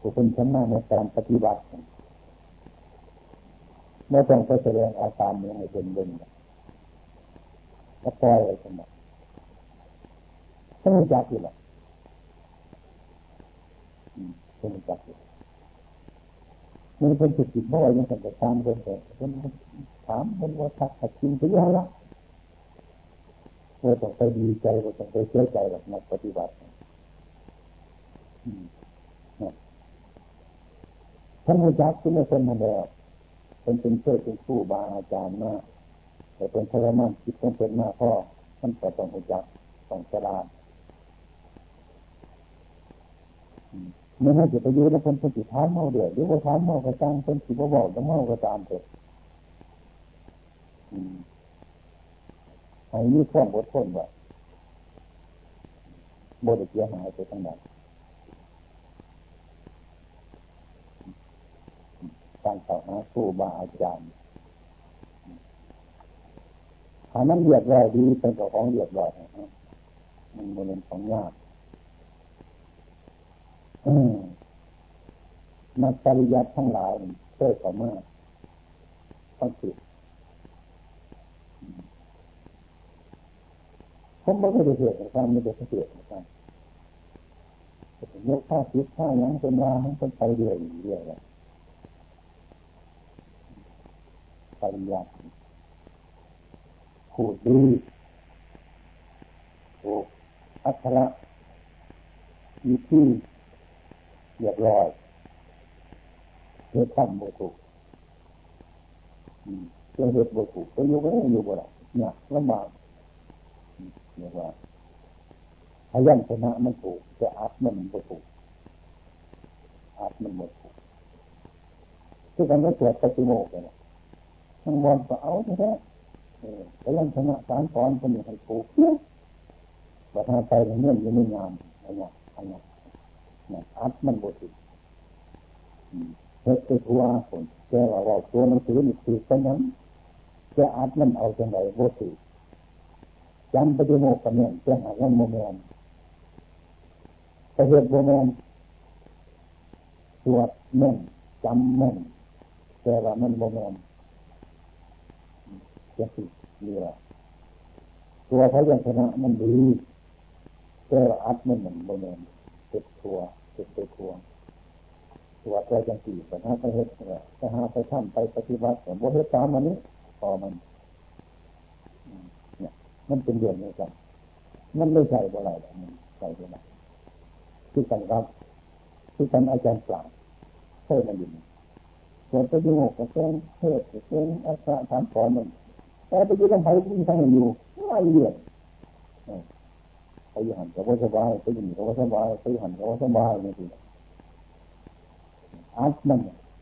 ผู้เป็นชำนาญในการปฏิบัติไม่ต้องไปแสดงอาการนี้ให้เป็นเด่นก็ปล่อยไว้สมบัติต้องรู้จักอยู่หรอกต้องรู้จักอยู่มันเป็นจุดจิตบ่อยยังแต่ตามคนแต่คนถามคนว่าทักทักจริงถึงแล้วละเราต้องไปดีใจเราต้องไปเสียใจหรอกนักปฏิบัติท่านรู้จักที่ไม่เป็นมาแล้วเป็นเพื่อนเป็นผู้บาอาจารย์มากแต่เป็นพระมานคิดต้องเป็นมากพ่อท่านก็ต้องรู้จักต้องฉลาดไม่ให้จะไปยืนแล้วคนจิตท้ายเมาเดือดหรือว่าท้ายเมากระจังคนจิตว่าบอกจะเมากระจามเถอะให้มีความอดทนว่าโบได้เสียหายไปทั้งนั้นการต่อหาครูบาอาจารย์ถ้านั้นเรียบร้อยดีเป็นของเรียบร้อยมันเป็นของยากนักปริยัติทั้งหลายเชื่อเขามากต้องติดผมไม่ได้เสียนะครับไม่ได้เสียนะครับยกข้าคิดข้ายังเป็นว่าให้คนไปเรื่อยเลยปริยัติพูดดีโอ้อัคระมีที่เรียบร้อยเฮ็ดทำบ่ถูกเฮ็ดบ่ถูกก็อยู่บ่ได้อยู่บ่ได้เนี่ยลำบากเรียกว่าพยัญชนะมันถูกแต่อัตมันบ่ถูกอัตมันบ่ถูกที่กันก็ตรวจปฏิโมกข์เนี่ยทั้งวันก็เอาแท้พยัญชนะสารสอนคนนี้ให้ถูกว่าถ้าไปเรื่องยังไม่งามอะไรเนี่ยอัตมันบ่ถูกเฮ็ดไปทั่วคนแกว่าตัวหนังสือนี่ถูกปานนั้นแกอัดมันเอาจังได๋บ่ถูกจำปฏิโมกข์กันเนี่ยแต่หาว่าบ่แม่นแต่เฮ็ดบ่แม่นสวดแม่นจำแม่นแต่ว่ามันบ่แม่นจะสิเรียกตัวพยัญชนะมันดีแต่ว่าอัดมันบ่แม่นเฮ็ดทั่วเฮ็ดไปทั่วตัวใจจังสี่ปัญหาไปเฮ็ดไปหาไปทำไปปฏิบัติบ่เฮ็ดตามอันนี้พอมันเนี่ยมันเป็นเรื่องนี้กันมันไม่ใช่บ่ไรมันใช่บ่ไรที่กันครับที่กันอาจารย์กล่าวเท่านั้นอยู่ส่วนประโยคกับเรื่องเทศเรื่องอัศถามสอนมันแต่ไปอยู่ลำไส้ที่ท่านอยู่ไม่เรียนไปอยู่หันกับว่าสบายไปอยู่กับว่าสบายไปหันกับว่าสบายนี่สิอัดมัน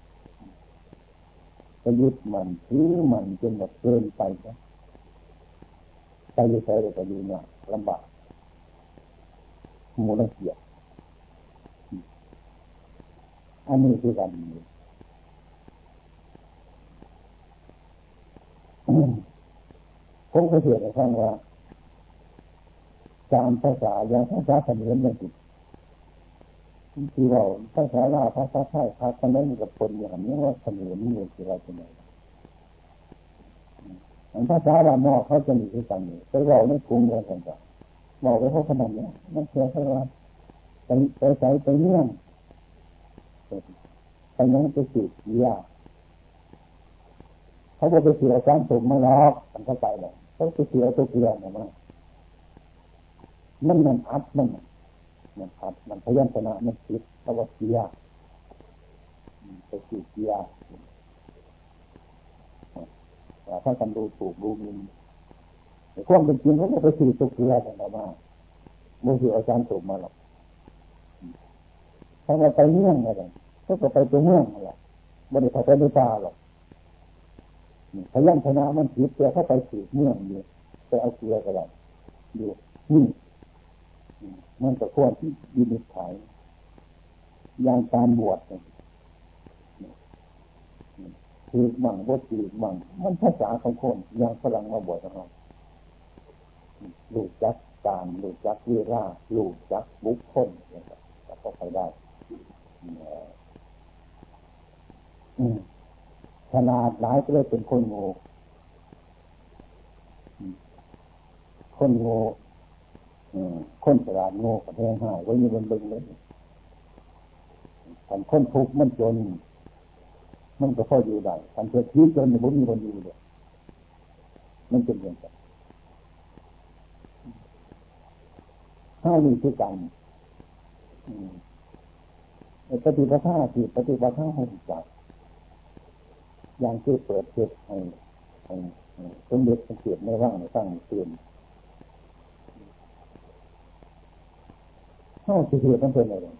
จะยึดมันถือมันจนหมดเกินไปนะไปอยู่ใส่ไปอยู่เนี่ยลำบากมูลเกียรติอันนี้คือกันผมก็เชื่อในข้างว่าการภาษาอย่างภาษาเขมรนั่นสิที่เราภาษาลาวภาษาไทยภาษานั้นกับคนอย่างนี้ว่าเขมรนี่คืออะไรกันเนี่ยภาษาลาวเขาจะมีที่ต่างๆไปเราในกรุงเมืองต่างๆบอกไว้เขาขนาดนี้นั่นเชื่อเขาว่าไปใส่ไปเรื่องไปยังไปสืบยาเขาบอกไปเสียการสมมาแล้วมันเข้าใจเลยเขาไปเสียตัวเกลียนออกมามันอัดมันอัดมันพยัญชนะมันคิดเขาว่าเสียไปสืบยาถ้ากันดูถูกดูมินแต่ความเป็นจริงเขาก็ไปสืบตัวเกลียนออกมาไม่เสียการสมมาหรอกถ้าเราไปเมืองอะไรก็ไปตัวเมืองอะไรไม่ได้ไปในป่าหรอกพยัญชนะมันผิดแต่เขาไปสืบเมืองอยู่ไปเอาเกลือก็ได้อยู่นี่มันก็ควรที่ยินดีขายอย่างการบวชถือบังบ่ถือบังมันภาษาของคนอย่างฝรั่งมาบวชนะครับรู้จักการรู้จักเวลารู้จักบุคคลแล้วก็ไปได้ฉลาดหลายก็เลยเป็นคนโง่คนโง่คนฉลาดโง่ก็แทงหายไว้อยู่บนบึงเลยคนทุกข์มันจนมันก็พออยู่ได้คนเกิดที่จนเนี่ยบ่มีคนอยู่เลยมันเป็นอย่างไรห้ามีคือกันปฏิปทาที่ปฏิปทาให้จับอย่างที่เปิดเผยให้สมเด็จพระเกียรติในร่างในตั้งเตือนห้าสิเหตุต้องเป็นอะไร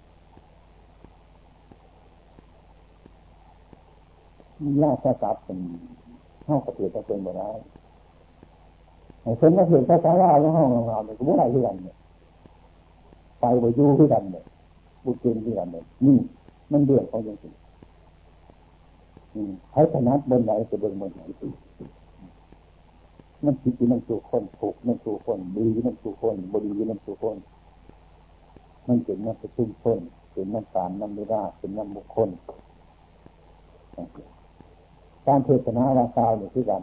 ล่าทรัพย์เป็นห้ากระเทียมต้องเป็นบ่ได้ให้คนมาเห็นภาษาลาวแล้วห้องเราเนี่ยก็ไม่ได้ที่กันเนี่ยไปไปยู่ที่กันเนี่ยบุญเกินที่กันเนี่ยนี่มันเดือดเขาจริงๆให้ถนัดบนไหนจะบนไหนมันผิดมันสู่คนถูกมันสู่คนดีมันสู่คนบดีมันสู่คนมันเป็นมันเป็นชุ่มชนเป็นน้ำตาลน้ำไม่ได้เป็นน้ำบุคคลการเทศนาวาสาวเนี่ยคือกัน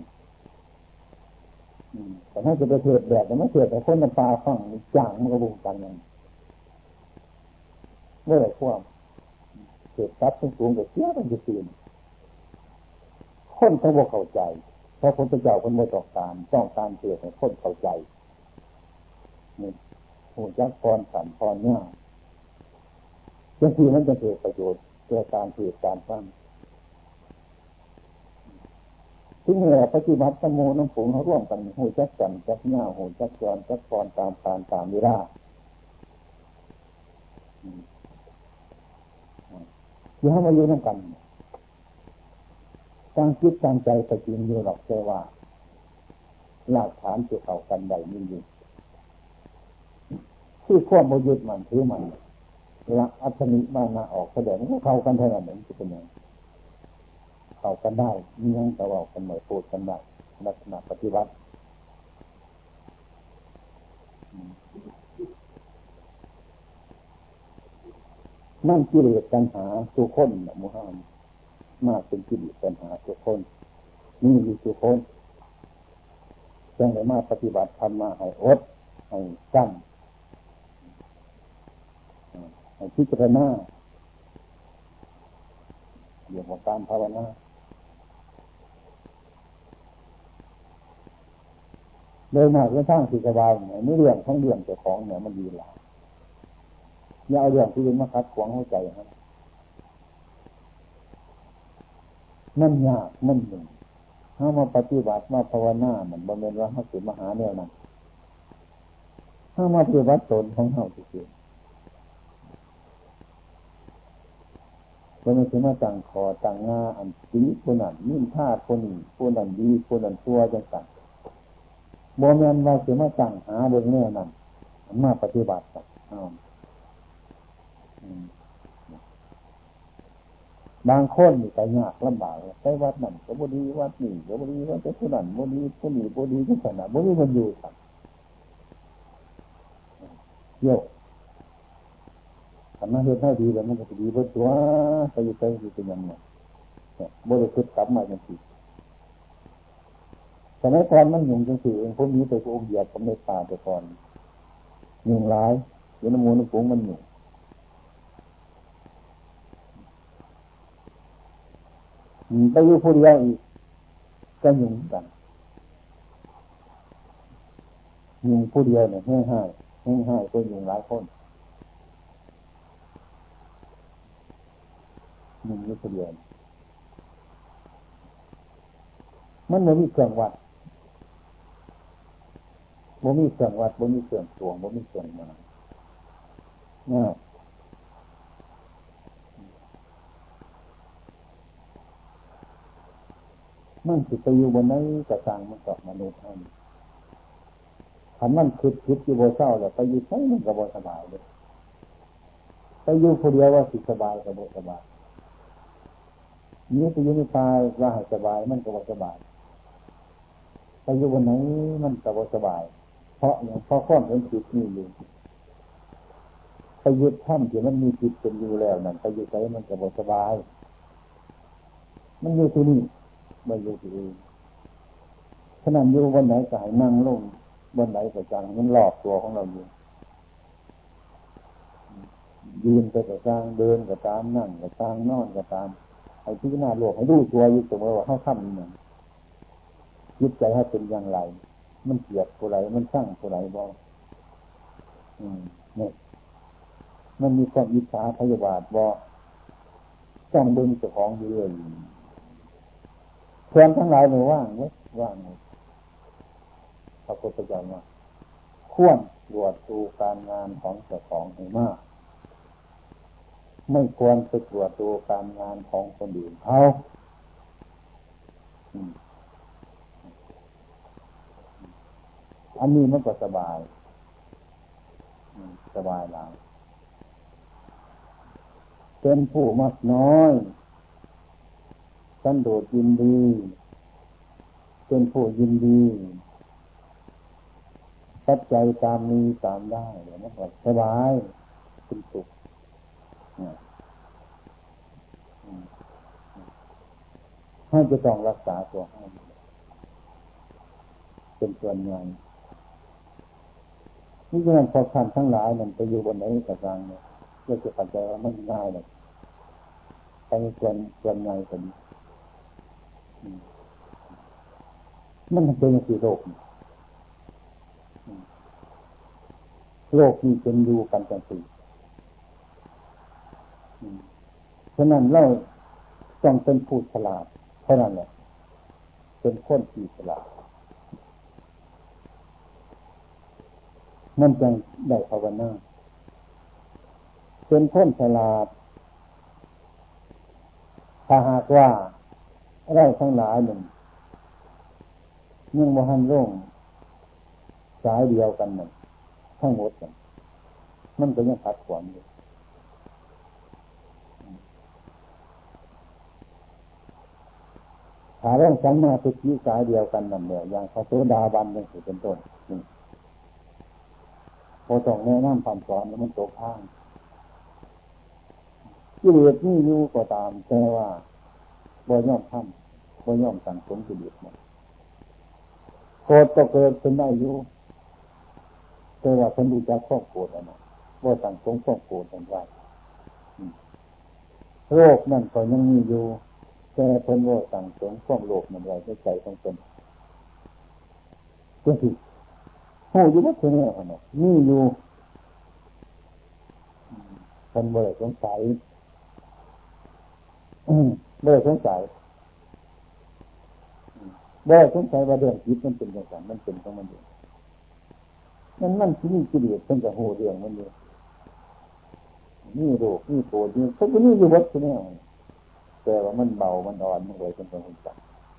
แต่ถ้าจะไปเทศแบบแต่ไม่เทศแต่คนน้ำตาฟังจ่างมันก็บุกกันนั่นเมื่อไรพวกเทศตัดสูงๆกับเสียต้องจะตื่นคนต้องบอกเข้าใจเพราะคนเป็นเจ้าคนไม่ต้องการเทศให้คนเข้าใจนี่หูจักพรสันพรเนี่ยบางทีมันจะเกิดประโยชน์เกิดการเทศการฟังที่นี่แหละปฏิบัติสมุน้ำผงเขาร่วมกันหูจักสันจักเงาหูจักจรจักพรตามการตามเวลาที่เขามาอยู่น้ำกันตั้งจิตตั้งใจไปจริงอยู่หรอกแต่ว่าหลักฐานจะเข้ากันใดนี่อยู่ที่ควบยึดมันถือมันละอัตมิมานาออกแสดงว่าเข้ากันเท่านั้นเองจะเป็นยังเข้ากันได้มีอย่างแต่ว่ากันหน่อยพูดกันได้ลักษณะปฏิบัตินั่นกิเลสตัณหาทุกคนนะมุฮัมมัดมากเป็นกิเลสตัณหาทุกคนนี่มีทุกคนจังได้มาปฏิบัติธรรมมาให้อดให้กั้นให้พิจารณาเรื่องของการภาวนาโดยมากเรื่องทางสิสบายเนี่ยไม่เรื่องทั้งเรื่องเจ้าของเนี่ยมันดีหลายอย่าเอาเรื่องที่เป็นมาคัดขวางหัวใจครับนั่นยากนั่นหนึ่งถ้ามาปฏิบัติมาภาวนามันบำเพ็ญว่าเขาสิมหาเนี่ยนะถ้ามาปฏิบัติตนของเขาจริงๆก็ไม่ใช่มาตั้งคอตั้งงาอันสีคนนั้นนิ่มท่าคนนี้คนนั้นดีคนนั้นชั่วจังสันโมเมนต์ว่าสิมาตั้งหาเรื่องแน่นั่นมาปฏิบัติกันบางคนนี่ก็ยากลำบากไปวัดนั่นก็บ่ดีวัดนี่ก็บ่ดีวัดแต่ผู้นั้นบ่ดีผู้นี้บ่ดีจังซั่นน่ะบ่มีมันอยู่ครับเที่ยวถ้ามาเฮ็ดให้ดีแล้วมันก็สิดีเบิดตัวไปอยู่ไปสิเป็นหยังไงบ่ได้คิดกลับมาจังซี่สมัยก่อนมันยุ่งจังซี่เองพวกนี้ไปพวกเหยียบกับในป่าแต่ก่อนยุ่งหลายอยู่ในหมู่ในฝูงมันยุ่งไปอยู่ผู้เดียวอีกก็ยุ่งกันยุ่งผู้เดียวเนี่ยแห้งให้ก็ยุ่งหลายคนยุ่งอยู่ผู้เดียวมันไม่มีเครื่องวัดบ่มีเครื่องวัดบ่มีเครื่องตวงบ่มีเครื่องมาง่ายมันสิไปอยู่บนไหนกระสังมันกับมนุษย์ท่านถ้ามันคิดอยู่บนเศร้าแล้วไปอยู่ใช้มันก็บ่สบายเลยไปอยู่ผู้เดียวว่าสิสบายก็บ่สบายนี่ไปอยู่ในป่าว่าให้สบายมันก็บ่สบายไปอยู่บนไหนมันก็บ่สบายเพราะอย่างเพราะความเห็นผิดนี่อยู่ไปยึดถ้ำที่มันมีจิตเป็นอยู่แล้วนั่นไปยึดใจมันจะสบายมันอยู่ที่นี่ไม่อยู่ที่อื่นฉะนั้นอยู่วันไหนก็ให้นั่งลงวันไหนก็จังมันหลอกตัวของเราอยู่ยืนไปก็ตามเดินก็ตามนั่งก็ตามนอนก็ตามให้พิจารณาโลกให้รู้ตัวอยู่เสมอว่าเขาทำอย่างยึดใจให้เป็นอย่างไรมันเกลียดผู้ใดมันสร้างผู้ใดบ่เนี่ยมันมีความอิจฉาพยาบาทบ่ต้องดึงเจ้าของอยู่เรื่อยส่วนทั้งหลายไม่ว่างไว้ว่างพระพุทธเจ้าว่าควรตรวจดูการงานของเจ้าของให้มากไม่ควรไปตรวจดูการงานของคนอื่นเขาอันนี้มันก็สบายสบายแล้วเป็นผู้มักน้อยสันโดษยินดีเป็นผู้ยินดีปัจจัยตามมีตามได้เนี่ยมันก็สบายเป็นสุขให้จะต้องรักษาตัวให้เป็นส่วนใหญ่นี่ฉะนั้นพอท่านทั้งหลายมันไปอยู่บนไหนกลางเนี่ยเพื่อจะปัจจัยว่ามันง่ายเลยไปส่วนใหญ่เป็นมันเป็นอย่างที่โลกนี้เป็นอยู่กันจังสิฉะนั้นเราต้องเป็นผู้ฉลาดเท่านั้นแหละเป็นคนที่ฉลาดมันจึงได้ภาวนาเป็นคนฉลาดถ้าหากว่าเราทั้งหลายหนึ่งยังบ่ทันร่งสายเดียวกันหนึ่งทั้งหมดมันก็ยังขัดขวางอยู่ถ้าร่องสัมมาทิฏฐิสายเดียวกันนั่นแหละอย่างพระโสดาบันอย่างนี้เป็นต้นพอต้องแนะนำคำสอนแล้วมันตกข้างกิเลสนี่อยู่ก็ตามแต่ว่าบ่ยอมทำบ่ยอมสั่งสมกิเลสมันโกรธก็เกิดขึ้นได้อยู่แต่ว่าคนรู้จักความโกรธแล้วนะบ่สั่งสมความโกรธกันไว้โรคนั่นก็ยังมีอยู่แต่เพิ่นบ่สั่งสมความโลภมันไว้ในใจของตนจังซี่ฮู้อยู่ว่าคือแนวนั้นมีอยู่เพิ่นบ่ได้สงสัยบ่ได้สงสัยว่าเรื่องจิตมันเป็นอย่างไรมันเป็นของมันเองมันที่มีกิเลสเพิ่นก็ฮู้เรื่องมันอยู่มีโรคมีโกรธมีเพิ่นก็มีอยู่วัดคือแนวแต่ว่ามันเบามันอ่อนมันเลยเป็นคนจับ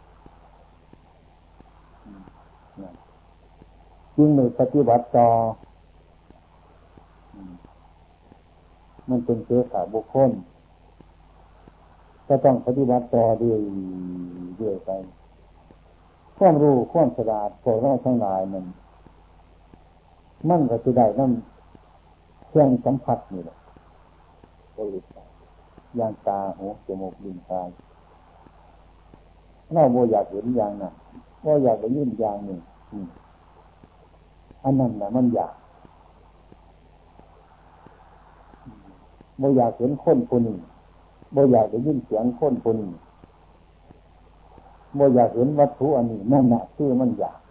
จึงในปฏิบัติต่อมันเป็นเชื้อสายบุคคลก็ต้องปฏิบัติต่อเรื่อยไปความรู้ความฉลาดพวกเราทั้งหลายมันก็จะได้นั่นเครื่องสัมผัสนี่แหละก็รู้อย่างตาหูจมูกลิ้นกายเราบ่อยากเห็นอย่างนั้นบ่อยากได้ยินอย่างนี้อันนั้นน่ะมันอยากบ่อยากเห็นคนผู้นี้บ่อยากได้ยินเสียงคนผู้นี้บ่อยากเห็นวัตถุอันนี้นั่นน่ะคือมันอยาก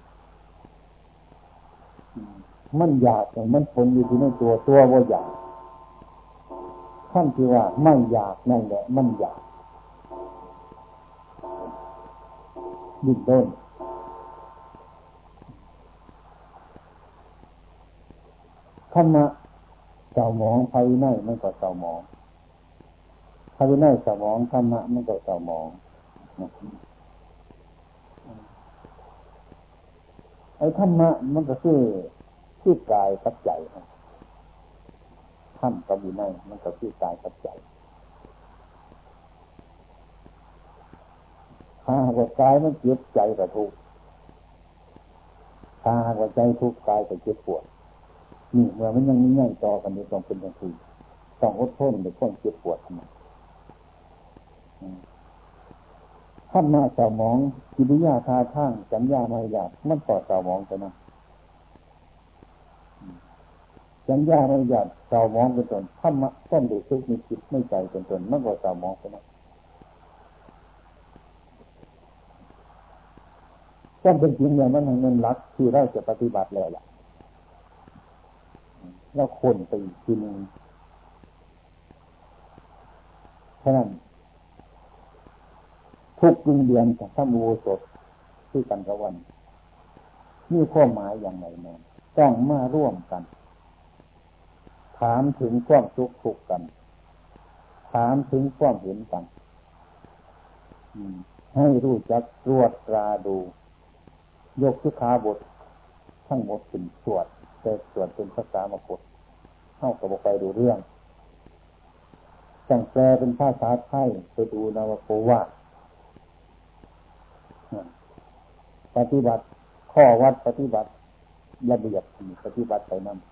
มันผลอยู่ที่ในตัวบ่อยากท่านที่ว่าไม่อยากนั่นแหละมันอยากดิ้นรนธรรมะเศร้าหมองภายในมันก็เศร้าหมองภายในเศร้าหมองธรรมะมันก็เศร้าหมองไอ้ธรรมะมันก็คือกายกับใจธรรมกับวินัยมันก็คือกายกับใจถ้าหัวใจมันเจ็บใจก็ทุกข์ถ้าหัวใจทุกข์กายก็เจ็บปวดนี่เมื่อมันยังมีง่ายต่อกันอยู่ต้องเป็นอย่างที่ต้องอดทนในความเจ็บปวดนะท่านมาเศร้าหมองกิริยาท่าทางสัญญามารยาทมันต่อเศร้าหมองไปนะสัญญามารยาทเศร้าหมองเป็นต้นธรรมะต้นเดือดซึกในจิตไม่ใจเป็นต้นมันก็เศร้าหมองไปนะต้องเป็นจริงอย่างนั้นเงินรักที่เราจะปฏิบัติแล้วล่ะแล้วคนไปอีกทีนึงฉะนั้นทุกเดือนกับถ้ามูสดที่กันกับวันนี่ข้อหมายอย่างไรนะต้องมาร่วมกันถามถึงความทุกข์กันถามถึงความเห็นกันให้รู้จักตรวจตราดูยกสิกขาบททั้งหมดเป็นสวดแต่สวดเป็นภาษามคธเข้ากับไปดูเรื่องตั้งแปลเป็นภาษาไทยไปดูนวโกวาทปฏิบัติข้อวัดปฏิบัติระเบียบปฏิบัติไปนั่น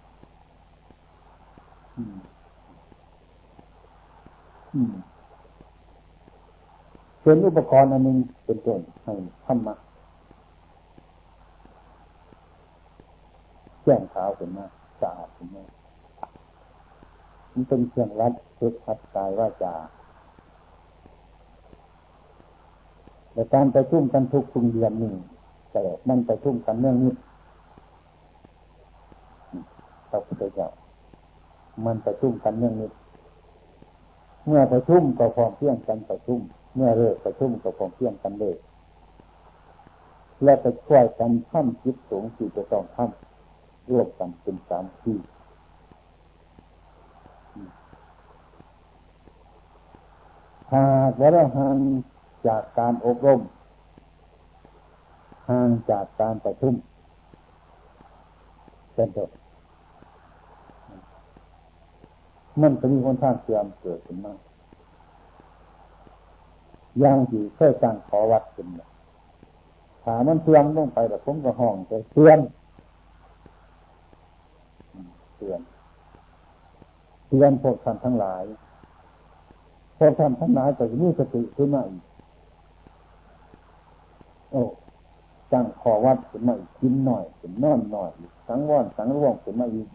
เป็นอุปกรณ์อันหนึ่งเป็นต้นให้ธรรมะแจ้งขาวขึ้นมาสะอาดขึ้นมามันเป็นเครื่องวัดเช็คขัดกายวาจาแต่การประชุมกันทุกเดือนนี่แต่มันประชุมกันเรื่องนี้พระพุทธเจ้ามันประชุมกันเรื่องนี้เมื่อประชุมก็พร้อมเพรียงกันประชุมเมื่อเลิกประชุมก็พร้อมเพรียงกันเลิกและไปช่วยกันทำจิตสูงที่จะต้องทำร่วมกันเป็นสามที่หากว่าเราห่างจากการอบรมห่างจากการประชุมเป็นต้นมันจะมีคนทางเสื่อมเกิดขึ้นมาอย่างที่เคยตั้งขอวัดขึ้นถ้ามันเสื่อมลงไปแบบผมก็ห้องจะเสื่อมพวกท่านทั้งหลายพวกท่านทั้งหลายก็จะมีสติขึ้นมาอีกตั้งขอวัดขึ้นมาอีกกินหน่อยขึ้นนอนหน่อยสังวรสังร่วงขึ้นมาอีก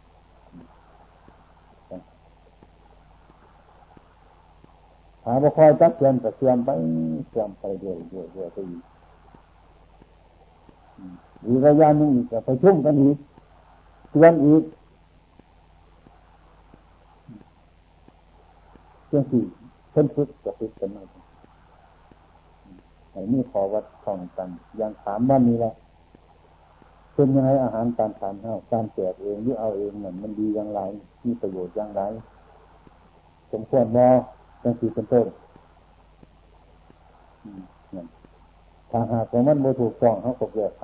หาบ่คอยจักเตือนก็เสื่อมไปเรื่อยๆไปอีกระยะนึงก็ประชุมกันอีกเตือนอีกเรื่องที่เพิ่นฝึกจะฝึกกันมาไอ้นี่ขอวัดของกันอย่างถามว่านี้แหละเป็นยังไงอาหารการทานข้าวการแจกเองหรือเอาเองมันดีอย่างไรมีประโยชน์อย่างไรสมควรบ่จังซี่เป็นต้นถ้าหากว่ามันบ่ถูกต้องเขาก็แก้ไข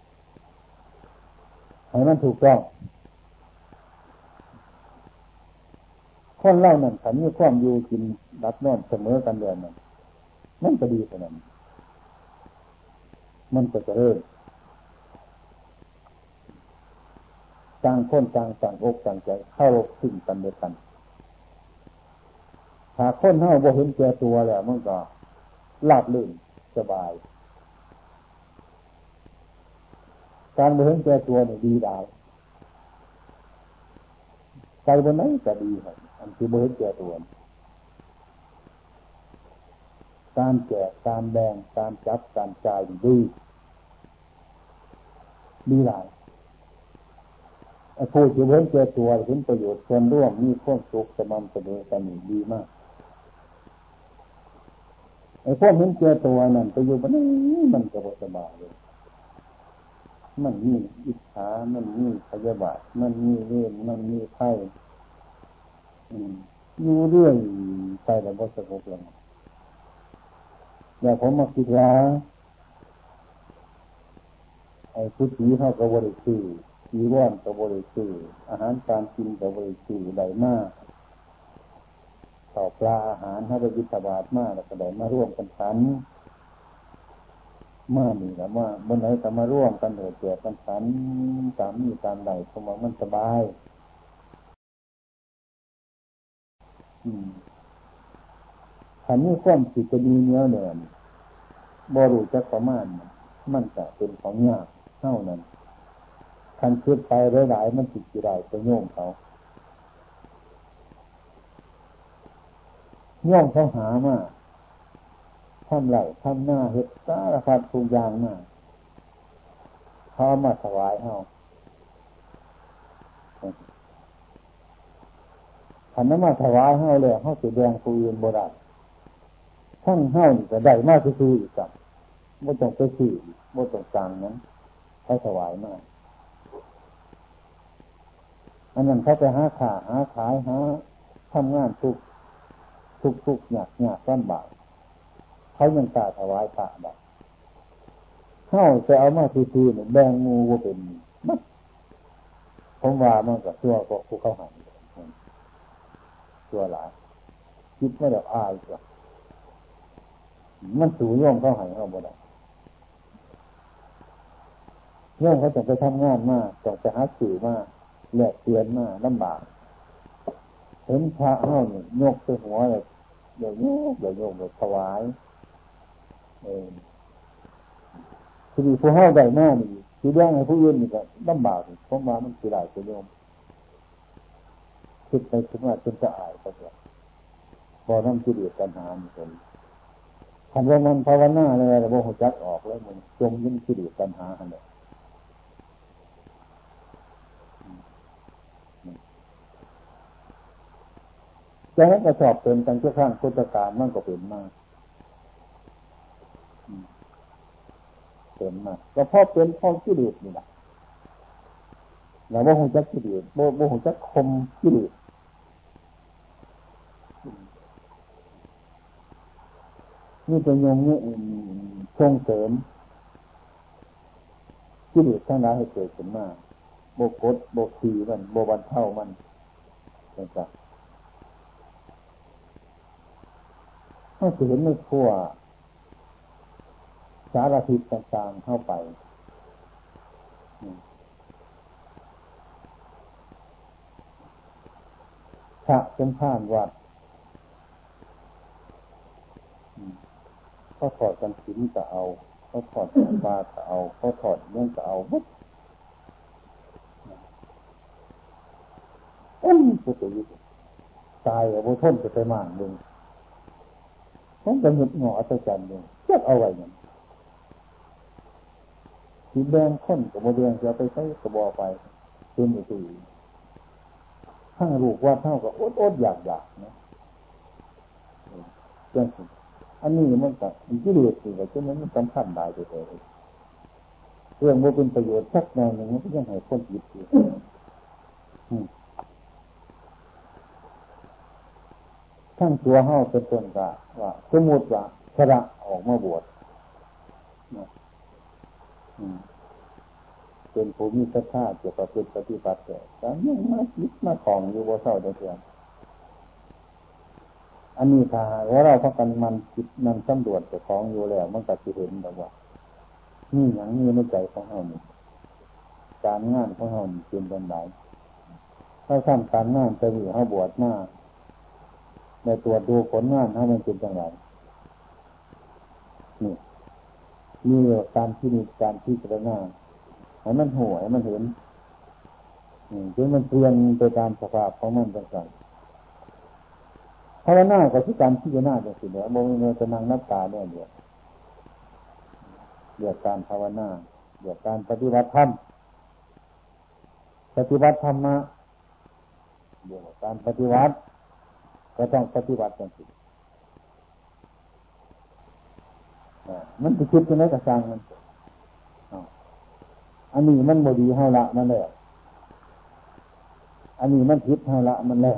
ให้มันถูกต้องคนเล่านั่นถ้ามีความอยู่กินรับนอนเสมอกันเดือนนั้นมันก็ดีขนาดนั้นมันก็จะเริ่มต่างคนต่างอกต่างใจเข้ารบซึ่งกันและกันถ้าคนเฮาบ่เห็นแก่ตัวแล้วมันก็ราบรื่นสบายการบ่เห็นแก่ตัวนี่ดีได้ใจบนไหนก็ดีครับอันที่บ่เห็นแก่ตัวการแจกการแบ่งการจับการจ่ายดีหลายไอ้ผู้ที่เห็นแก่ตัวเห็นประโยชน์ส่วนร่วมมีความสุขสม่ำเสมอกันนี่ดีมากไอ้พวกเห็นแก่ตัวนั่นไปอยู่บนนี้มันก็บ่สบายเลยมันมีอิจฉามันมีพยาบาทมันมีเวรมันมีไพ่อยู่เรื่อยไปแล้วบ่สงบลงอย่างผมมาคิดว่าไอ้พุทธิเขาก็บริสุทธิ์จีวรก็บริสุทธิ์อาหารการกินก็บริสุทธิ์ได้มากข้าวปลาอาหารให้ได้บิณฑบาตมากแล้วก็ได้มาร่วมกันฉันมานี่แหละว่าบนไหนจะมาร่วมกันเถิดเกิดกันสันตามมีตามใดเพราะว่ามันสบายขันนี้ความสิจะดีเนี้ยเนี่ยบรูจักประมาณมันจะเป็นของยากเท่านั้นคันคิดไปหลายๆมันสิจีได้ไปโยงเขาโยงเขาหามาทำไรทำหน้าเฮ็ดสารพัดทุกอย่างมาเขามาถวายเอาขันนั้นมาถวายเอาเลยเขาจะแดงผู้อื่นโบราณทั้งเฮ้านี่ก็ได้มากคืออีกกับไม่ต้องไปซื้อไม่ต้องสั่งนั้นเขาถวายมากอันนั้นเขาไปหาขาหาขายหาทำงานทุกหยากลำบากเขายังกล้าถวายพระแบบเฮ้าจะเอามาซื้อเนี่ยแบ่งงูว่าเป็นมัดผมว่ามันกับตัวก็ผู้เข้าหันตัวหลายคิดไม่ได้อายจ้ะมันสูงย่อมเข้าหายเข้าบ่ได้ย่อมเขาจะไปทำงานมากต้องไปหาสื่อมากแลกเปลี่ยนมากลำบากเห็นพระเข้าเนี่ยยกไปหัวเลยเดี๋ยวโยกเดี๋ยวถวายคือผู้เข้าได้หน้านี่คือแย่งให้ผู้อื่นนี่ก็ลำบากเพราะว่ามันคือหลายจะโยมคิดไปคิดว่าจนจะอายก็จะพอน้ำกิเลสตัณหามันทำว่ามันภาวนาเลยแต่ว่าหัวจักออกแล้วมันจมยิ่งกิเลสตัณหาเนี่ยจะให้กระสอบเป็นกันเพื่อข้างพุทธการมันก็เป็นมากเป็นมากก็เพราะเป็นเพราะกิเลสนี่แหละแล้วว่าหัวจักกิเลสว่าหัวจักคมกิเลสนี่เป็นโยมนี่ส่งเสริมกิเลสทั้งหลายให้เกิดขึ้นมาโบกดโบกีมันโบบันเท่ามันนะครับถ้าเห็นในขั้วสารพิษต่างๆเข้าไปพระเป็นข้านวัดเขาถอดกันศีลก็เอาเขาถอดบาตรก็เอาเขาถอดเรื่องก็เอาปุ๊บพุทธยุทธตายกับบุทนจะไปมั่งดึงต้องเป็นหงออัศจรรย์ดึงเจ็บเอาไว้เนี่ยสีแดงข้นกับโมเดลจะไปใช้กระบอกไปเป็นอีกทีข้างลูกว่าเท่ากับอดอยากนะเรื่องอันนี้มันก็มันกิเลสสิว่าฉะนั้นมันสำคัญได้เลยเรื่องมันเป็นประโยชน์สักแนวหนึ่งมันก็ยังให้คนยึดอยู่ทั้งตัวเฮาเป็นต้นก็ว่าสมมติว่าพระออกมาบวชเป็นผู้มีศรัทธาเกี่ยวกับปฏิบัติแต่ยังมาคิดมาของอยู่บ่เศร้าเดือดอันนี้ถ้าว่าเราพักกันมันคิดมันสำรวจแต่ของอยู่แล้วมันก็จะเห็นแบบว่านี่อย่างนี้ในใจของเฮานี่การงานของเฮาเป็นแบบไหนถ้าทำการงานไปอยู่เฮาบวชมาในตรวจดูผลงานเฮามันเป็นอย่างไรนี่มีการที่มีการที่จะหน้าให้มันหัวให้มันเห็นจนมันเปลี่ยนไปตามสภาพของมันต่างๆภาวนากับที่การที่จะหน้าจังสิเนี่ยโมเมจะนั่งนับตาเนี่ยเดี๋ยวการภาวนาเดี๋ยวการปฏิบัติธรรมปฏิบัติธรรมะเดี๋ยวการปฏิบัติก็ต้องปฏิบัติจังสิมันจะคิดยังไงกับสร้างมันอันนี้มันบดีให้ละมันแล้วอันนี้มันคิดให้ละมันแล้ว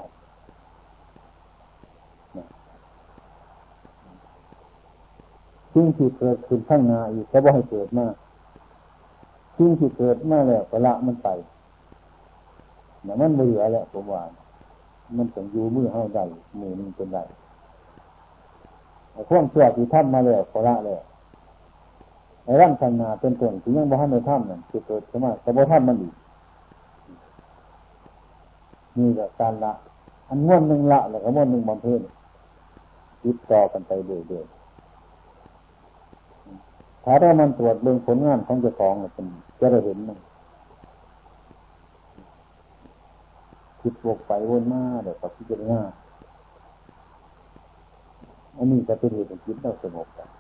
สิ่งที่เกิดขึ้นข้างหน้าอีกก็บ่ให้เกิดมาสิ่งที่เกิดมาแล้วก็ละมันไปเนี่ยมันบ่เหลือแล้วผมว่ามันต้องอยู่มือเฮาได้มือนึงเป็นได้ความเชื่อที่ทำมาแล้วก็ละแล้วในร่างทางนาเป็นต้นที่ยังบ่ทันได้ทำนั่นคือเกิดขึ้นมาแต่บ่ทำมันอีกนี่ก็การละอันม้วนหนึ่งละแล้วก็ม้วนหนึ่งบำเพ็ญติดต่อกันไปเรื่อยๆถ้ามันตรวจเรื่องผลงานของเจ้าของเป็นจะได้เห็นมันคิดวกไปวนมาเดี๋ยวก็พิจารณาอันนี้จะเป็นเหตุให้จิตเราสงบกัน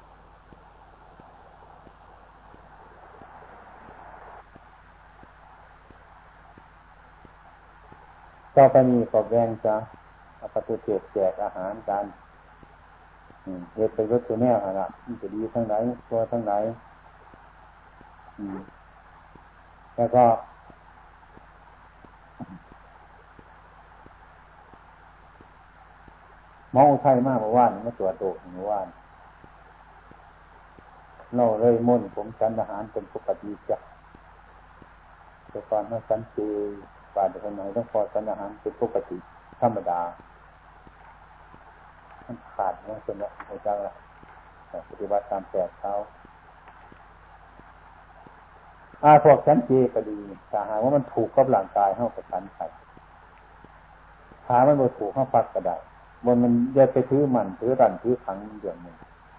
ต่อไปนี้ก็แบ่งจะปฏิเสธแจกอาหารกันเหตุเป็นรถตัวแนวหละมันจะดีทั้งไหนตัวทั้งไหนแล้วก็หมออุทัยมากเมื่อวานมาตรวจโรคเมื่อวานเราเลยม่นผมฉันอาหารเป็นปกติจ้ะแต่ก่อนเมื่อฉันคือบาดคนไหนต้องพอฉันอาหารเป็นปกติธรรมดามันขาดมันเป็นอะไรจังล่ะปฏิบัติตามแปดเขาพวกฉันเจก็ดีถ้าหากว่ามันถูกกับร่างกายเข้ากับฉันไปถ้ามันบ่ถูกเข้าฟักก็ได้บนมันจะไปถือมันถือรันถือขังอย่างหนึ่ง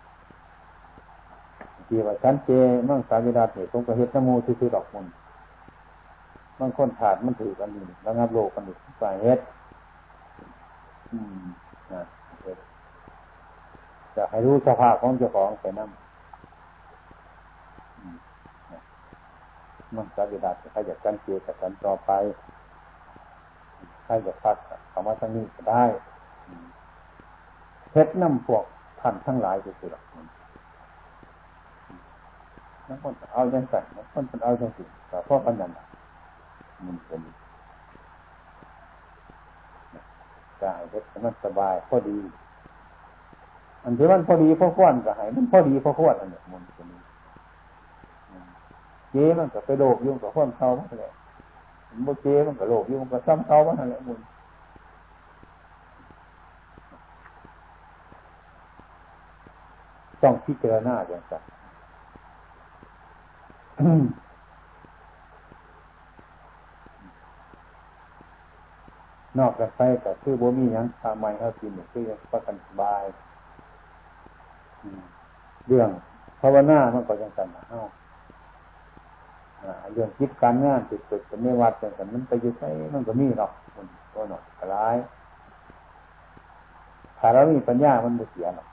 ที่ว่าฉันเจมั่งสาวิราเหตุตรงกระเฮ็ดน้ำมูที่ดอกมันบางคนขาดมันถือกันนี่ระงับโลกกันนี่สาเหตุนะจะให้รู้สภาพของเจ้าของไปนั่งมันสาวิราใครอยากฉันเจกับฉันต่อไปใครอยากพักเข้ามาทางนี้ก็ได้เพชรน้ำพวกท่านทั้งหลายก็คือหลักนักคนเอาอย่างสั่นนักคนเอาอย่างสิ่งแต่เพราะปัญญามันเป็นกายเพชรมันสบายพอดีอันที่มันพอดีพอควรก็ให้มันพอดีพอควรอันนี้มันเป็นเจ๊มันก็ไปโลกยุ่งกับคนเขาอะไรมันโบเจ๊มันก็โลกยุ่งกับซ้ำเขาอะไรมันต้องพิจารณาอย่างไรนอกจากไปก็คือบ่มีหยังทำไมเขากินคือยังประกันสบายเรื่องภาวนามันก็ยังกันเรื่องคิดการงานติดตึกจะไม่วัดอย่างกันมันไปอยู่ใช้มันก็มีหรอกมันก็หน่อยกระไรถ้าเรามีปัญญามันไม่เสียหรอก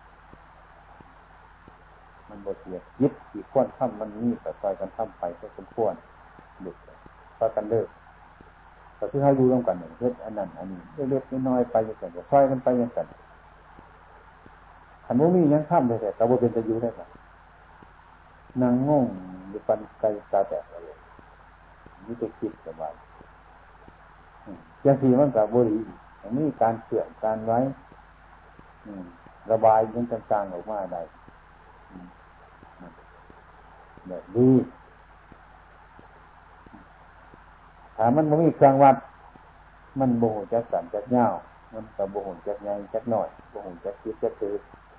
มันบ่เสียยึดที่ควรทำมันนี่แต่ซอยกันทำไปก็สมควรหลุดก็กันเลิกแต่ที่เขาอยู่ร่วมกันเนี่ยเล็กอันนั้นอันนี้เล็กๆน้อยๆไปอย่างกันซอยกันไปอย่างกันขันมุ้งมียังทำเลยแต่กระโบเป็นจะอยู่ได้ไหมนางงงหรือปันไกตาแตกอะไรนี่จะคิดสบายอย่างที่มันกับบุหรี่อันนี้การเสื่อมการไว้ระบายยังต่างๆออกมาได้แบบดีถ้ามันไม่มีเครื่องวัดมันโมโหจักสั่นจักเงามันกับโมโหจักใหญ่จักหน่อยโมโหจักคิดจักตื่น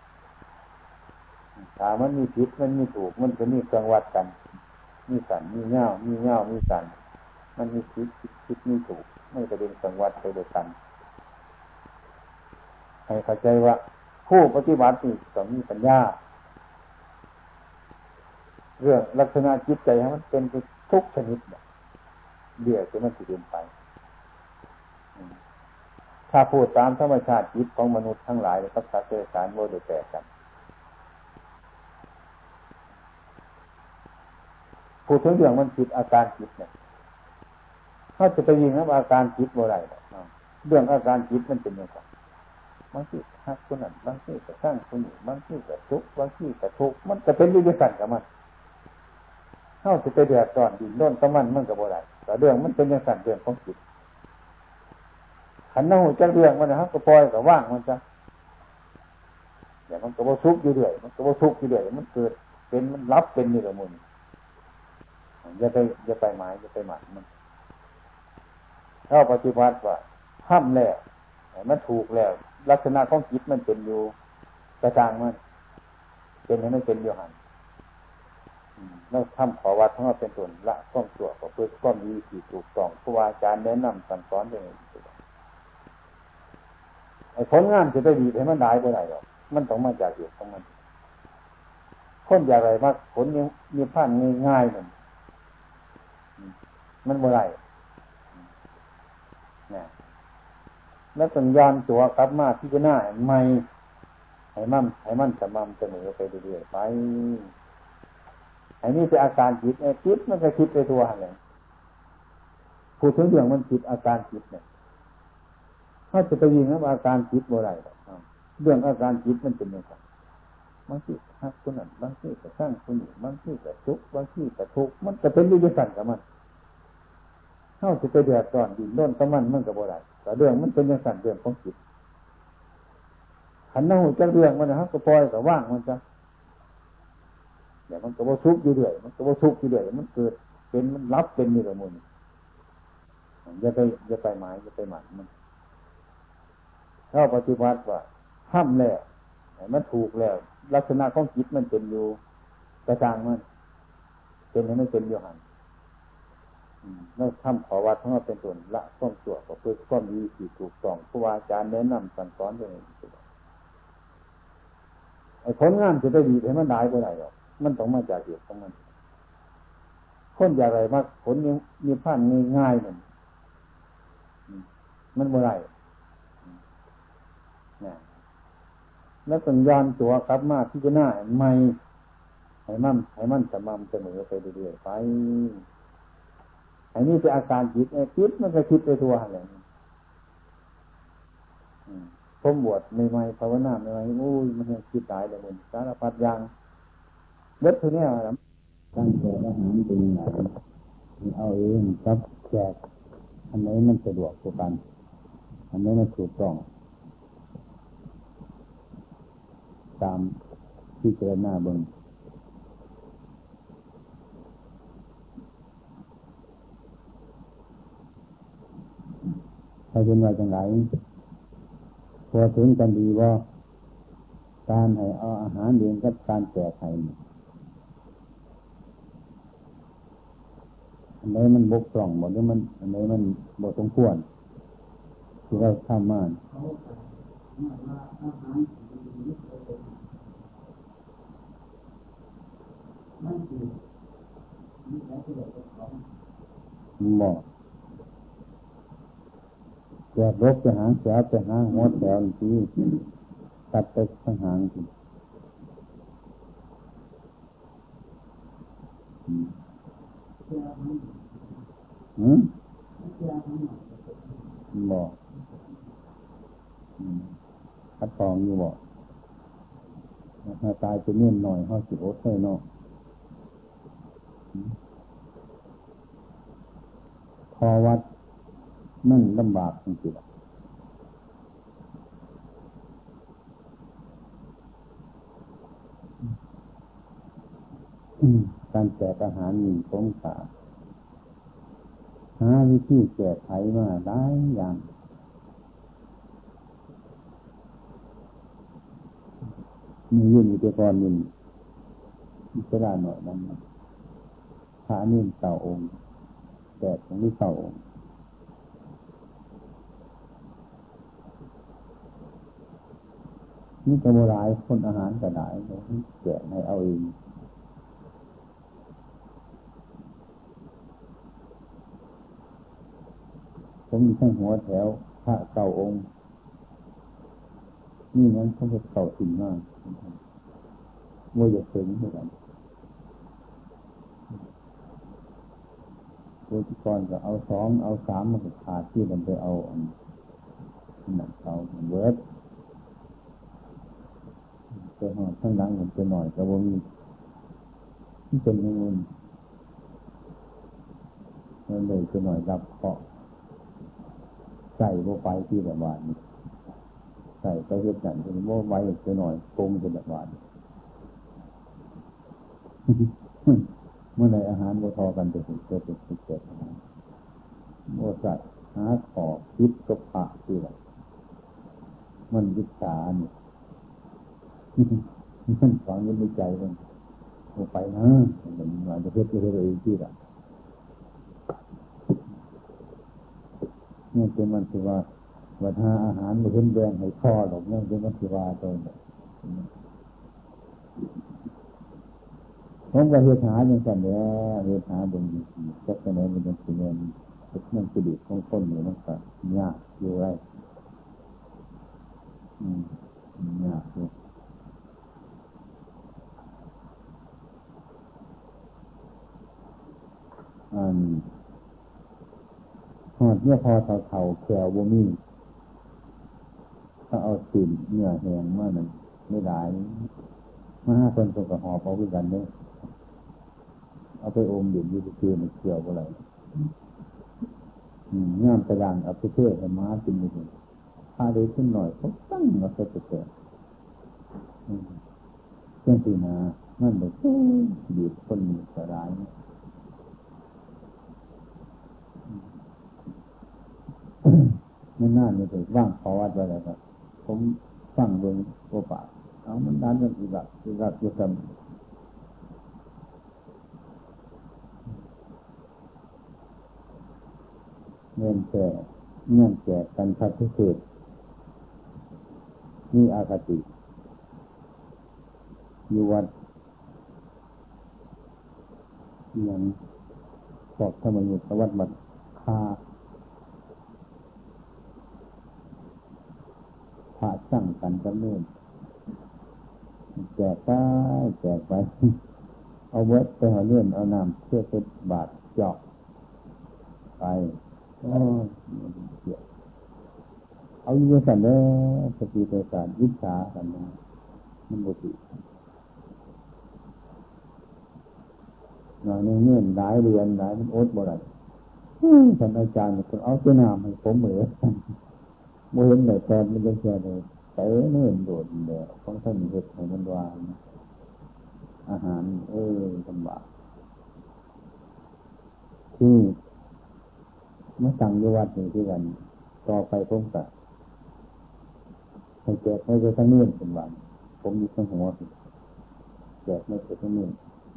ถ้ามันมีผิดมันมีถูกมันจะมีเครื่องวัดกันมีสั่นมีเงามีเงามีสั่นมันมีคิดมีถูกไม่ประเด็นเครื่องวัดไปด้วยกันให้เข้าใจว่าผู้ปฏิบัตินี่ต้องมีปัญญาเรื่องลักษณะจิตใจมันเป็นทุกชนิดเดี๋ยวจะมันจะเปลี่ยนไปถ้าพูดตามธรรมชาติจิตของมนุษย์ทั้งหลายกับสัตว์เดรัจฉานโมเดลแตกกันพูดถึงเรื่องมันจิตอาการจิตเนี่ยเขาจะไปยิงนะอาการจิตโมไรเรื่องอาการจิตมันเป็นยังไงบางทีฮักคนนั้นบางทีก็สร้างคนนี้บางทีก็ทุกข์บางทีก็ทุกข์มันจะเป็นด้วยกันกับมันเข้าจะไปเดือดร้อนดินโน่นก็มันกับโบราณแต่เรื่องมันเป็นอย่างสั่นเรื่องของจิตขันน้หูจะเรื่องมันนะครับก็ปล่อยก็ว่างมันจะอย่างมันก็บ่ทุกข์อยู่เรื่อยมันก็บ่ทุกข์อยู่เรื่อยมันเกิดเป็นมันรับเป็นนี่ละมุนอย่าไปหมายอย่าไปหมายมันถ้าปฏิบัติว่าห้ามแล้วมันถูกแล้วลักษณะของจิตมันเป็นอยู่กระจางมันเป็นให้มันเป็นอยู่หันแล้วทำขอวัดทั้งว่าเป็นตนละต้องตัวก็เพื่อก็มีที่ถูกต้องครูบาอาจารย์แนะนำสั่งสอนอย่างนี้ไอ้ผลงานจะได้ดีให้มันได้บ่ได้หรอกมันต้องมาจากเหตุของมันคนอย่างไรมากผลมีพันง่ายมันบ่ได้นะแล้วต้องย้อนตัวกลับมาที่จะหน้าใหม่ให้มันสม่ำเสมอไปเรื่อยๆไปอันนี้เป็นอาการจิตจิตมันก็คิดไปตัวอะไรพูดถึงเรื่องมันจิตอาการจิตเนี่ยถ้าจะไปยิงนะอาการจิตบ่ได้หรอกเรื่องอาการจิตมันเป็นยังไงบางทีฮักคนนั้นบางทีก็สร้างคนนี้บางทีก็ทุกข์บางทีก็ทุกข์มันก็เป็นด้วยกันกับมันเข้าจะไปเดือดร้อนดิ้นรนกับมันก็บ่ได้แต่เรื่องมันเป็นอย่างนั้นเรื่องของจิตขันน้าจะเรื่องมันนะครับก็ปล่อยก็ว่างมันจะเดี๋ยวมันก็บ่ทุกข์อยู่เรื่อยมันก็บ่ทุกข์อยู่เรื่อยมันเกิดเป็นมันรับเป็นนี่ละมุนอย่าไปหมายอย่าไปหมั่นมันเข้าปฏิบัติว่าห้ามแล้วมันถูกแล้วลักษณะของจิตมันเป็นอยู่กระจางมันเป็นให้มันเป็นอยู่หันแล้วทำขอวัดทั้งว่าเป็นตนละต้องตัวก็เพื่อก็มีที่ถูกต้องครูบาอาจารย์แนะนำสั่งสอนอย่างนี้ไอ้ผลงานจะได้ดีให้มันได้บ่ได้หรอกมันต้องมาจากเหตุของมันคนอย่างไรมากผลมีพันง่ายมันบ่ได้นะแล้วต้องย้อนตัวกลับมาที่จะหน้าใหม่ให้มันสม่ำเสมอไปเรื่อยๆไปอันนี้เป็นอาการจิตจิตมันก็คิดไปตัวอะไรผมบวชใหม่ๆภาวนาใหม่ๆโอ้ยมันยังคิดตายเลยมันสารพัดอย่างเบิดทีนี้ตั้งแต่อาหารเป็นยังไงเอาเองครับแจกอันไหนมันสะดวกกว่ากันอันไหนมันถูกต้องตามที่เจริญหน้าเบิ่งให้เป็นว่าจังไรพอถึงกันดีว่าการให้เอาอาหารเลี้ยงกับการแจกให้อันไหนมันบกพร่องหมดหรือมันอันไหนมันบ่สมควรที่เราทำมาบอกแจกรบไปหางแถวไปหางหัวแถวนี่ตัดไปข้างหางทีบอกคัดทองอยู่บอกถ้าตายจะเนื่นหน่อยเขาสิโอ๊ตให้เนาะพอวัดนั่นลำบากจริงๆการแจกอาหารมีสงสารหาวิธีแก้ไขมาหลายอย่างมียื่นมีแต่ก่อนมีเวลาหน่อยนั้นพระนิ่มเต่าองค์แจกของนี่เต่าองค์นี่กระโบรายคนอาหารกระดายแจกให้เอาเองผมมีทั้งหัวแถวพระเก่าองค์นี่นั้นเขาเป็นเก่าสิ่งมากว่าจะถึงเหมือนกันโดยที่ก่อนก็เอา2เอา3มันก็ขาดที่มันไปเอาอันนั้นเขาเวิร์ดไปหอดข้างหลังมันจะหน่อยกระวงที่เป็นเงินมันเลยจะหน่อยรับเคาะใส่โบไปที่แบบว่านี้ใส่ไปเฮ็ดนั่นเป็นโบไว้จะหน่อยโกงเป็นแบบว่าเมื่อไหร่อาหารโบทอกันจะถึงเกิดอาหารโบสัตหาขอคิดกับปะที่แบบมันวิชาเนี่ยมันฝังอยู่ในใจมันลงไปนะมันอาจจะเพิ่มเองที่ละนี่เป็นมันคือว่าวัฒนาอาหารมันเพิ่มแดงให้พ่อหรอกนี่เป็นมันคือว่าตัวนี้ผมก็เฮ็ดหาอย่างนั้นแหละเฮ็ดหาบนจักรแนวมันเป็นสิ่งนั้นนั่นคือดีของคนนี่มันก็ยากอยู่ไรยากอยู่หอดเนี่ยพอเท่าแขวบ่มีถ้าเอาสินเนื้อแห้งมานั่นไม่ได้มา5 คนก็หอบเอาด้วยกันเนี่ยเอาไปอมดื่มอยู่ที่มันเกี่ยวอะไรงามกระดังเอาไปเทศให้ม้ากินอยู่พาได้ขึ้นหน่อยเขาตั้งมาเสร็จเสร็จเรื่องที่นานั่นเลยดีคนมีสลายนั่นน่าเนี่ยเลยว่างขอวัดไว้แล้วครับผมฟังเบิ่งโอปะเอามันดันกันอีกแบบอยู่กันเงื่อนแก่กันพัฒเศษนี่อาคติอยู่วัดอย่างบอกธรรมยุทธวัดบัดคาพระสั่งกันจำเนินแจกไปเอาเวทไปหาเลื่อนเอาน้ำเพื่อเป็นบาทเจาะไปเอาเยอะกันเลยสติปัญญาวิชากันนะมันบุตรหน่อยเงื่อนหลายเดือนหลายมันอดบ่ได้ท่านอาจารย์คนเอาเจ้าน้ำให้ผมเหมือนเมื่อเห็นแต่ตอนมันจะเชื่อเลยแต่เนื่อนโดดเดี่ยวของท่านเห็ดให้มันวางอาหารลำบากที่มาสั่งอยู่วัดนี่ที่กันต่อไปผมก็ให้แจกให้ไปทั้งเนื่อนเป็นวันผมมีทั้งหัวแจกไม่ไปทั้งเนื่อน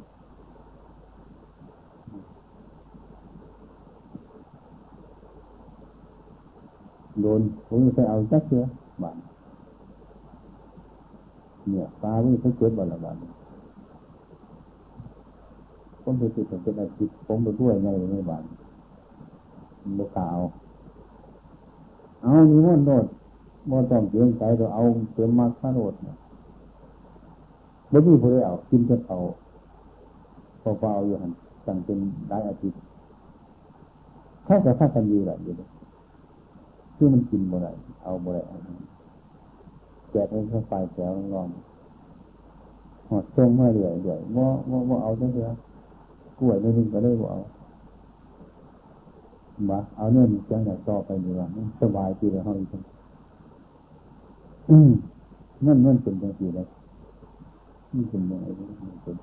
โดนผมจะเอาจักเสือบานเนี่ยปลาไม่เขาเกิดบ่ละบานผมไปติดเป็นอาชีพผมไปด้วยไงในบ้านโลกาเอานี่มันโดดมันต้องเตรียมใจเราเอาเตรียมมาข้าโดดเนี่ยไม่มีผู้ใดเอากินจนเอาเปล่าๆอยู่หันสั่งเป็นหลายอาทิตย์ถ้าจะฆ่ากันอยู่แหละอยู่เลยคือมันกินบ่ได้เอาบ่ได้แจกให้เข้าไปแถวงอนหอดช่วงเมื่อเรื่อยๆว่าเอาจังเถอะกล้วยนิดนึงก็ได้บ่เอามาเอาเนื้อมีจังไหนต่อไปดีกว่าสบายทีเดียวห้องอีกนั่นเป็นจังสีเลยนี่เป็นยังไงเป็น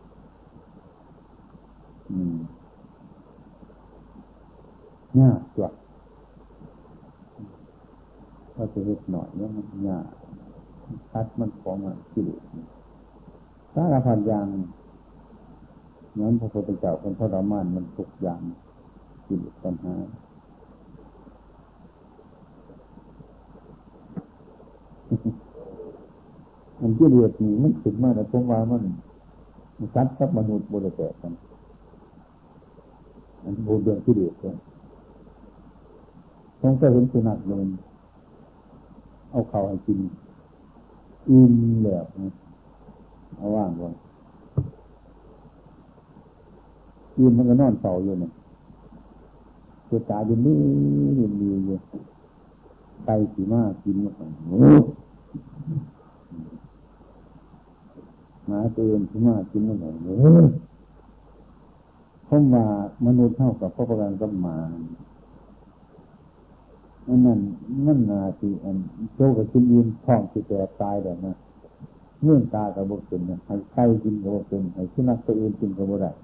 ยากจัดก็จะเล็กหน่อยเนี่ยมันยากคัดมันของมันกิเลสสารพัดอย่างนั้นพระพุทธเจ้าเป็นทรมานมันทุกอย่างกิเลสปัญหามันกิเลสนี่มันขึ้นมาแต่พวกว่ามันคัดกับมนุษย์บริแตกกันอันพูดเรื่องกิเลสเลยผมก็เห็นสุนัขเลยเอาข้าวให้กินอิ่มแล้วเอาว่างไว้อิ่มมันก็นอนเฝ้าอยู่เนี่ยตัวตาอยู่นี่ดีอยู่ไก่สีมากินหมาเตือนสีมากินนั่นแหละเพราะว่ามนุษย์เท่ากับพระประกันกับหมานั่นนาทีอันโชคกับกินยืนท้องที่แตกตายแบบนั้นเนื่องตากับบุกเป็นให้ไก่กินกับบุกเป็นให้สุนัขตัวอื่นกินกับบุกได้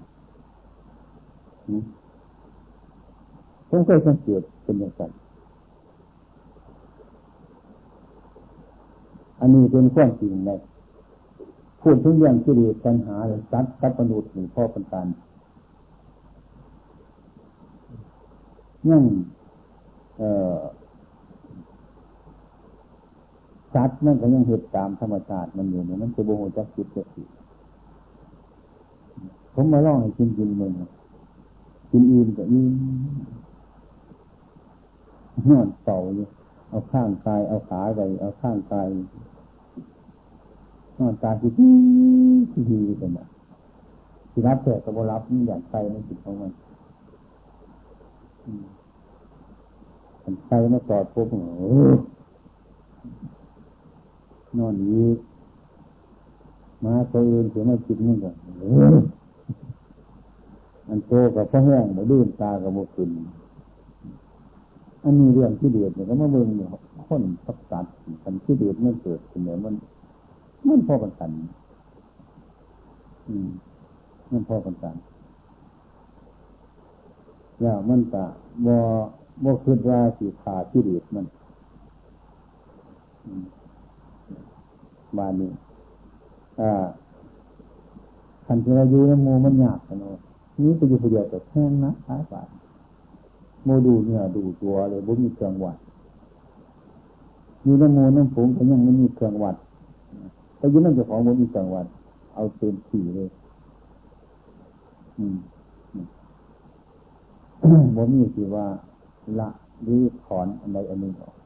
ผมเคยสังเกตเป็นอย่างนั้นอันนี้เป็นความจริงเลยพูดถึงเรื่องกิเลสปัญหาเลยสัตว์กับมนุษย์หรือพ่อเป็นกันยังสัตว์มันก็ยังเหตุตามธรรมชาติมันอยู่เนี่ยมันจะโมโหจักจิตจักจิตผมมาลองให้กินเลยกินอิ่มก็อิ่มนอนเต่าอยู่เอาข้างกายเอาขาไปเอาข้างกายนอนตาที่ดีเป็นแบบที่รับแต่กับรับนี่อย่างใจมันจิตของมันใจมาตอดปุ๊บนอนนี้มาตัวอื่นเสียมาจิตนี่ก่อนอันโตกับพ่อแห้งมาดื่มตากับโมกุนอันนี้เรื่องที่เดือดเนี่ยก็มาเบิ่งเนี่ยคนสักสัตว์กันที่เดือดมันเกิดขึ้นเนี่ยมันพอกันมันพอกันแล้วมันก็บ่คิดว่าสิขาดที่เดือดมันบ้านนี้คันที่เราอยู่ในหมู่มันยากกันเนาะนี่ไปอยู่คนเดียวแต่แห้งนะท้ายไปโมดูเนี่ยดูตัวเลยบ่มีเครื่องวัดอยู่ในหมู่น้ำผงก็ยังไม่มีเครื่องวัดแต่อยู่นั่นเจ้าของบ่มีเครื่องวัดเอาเต็มที่เลยบ่มีสิว่าละหรือถอนอันใดอันหนึ่งออก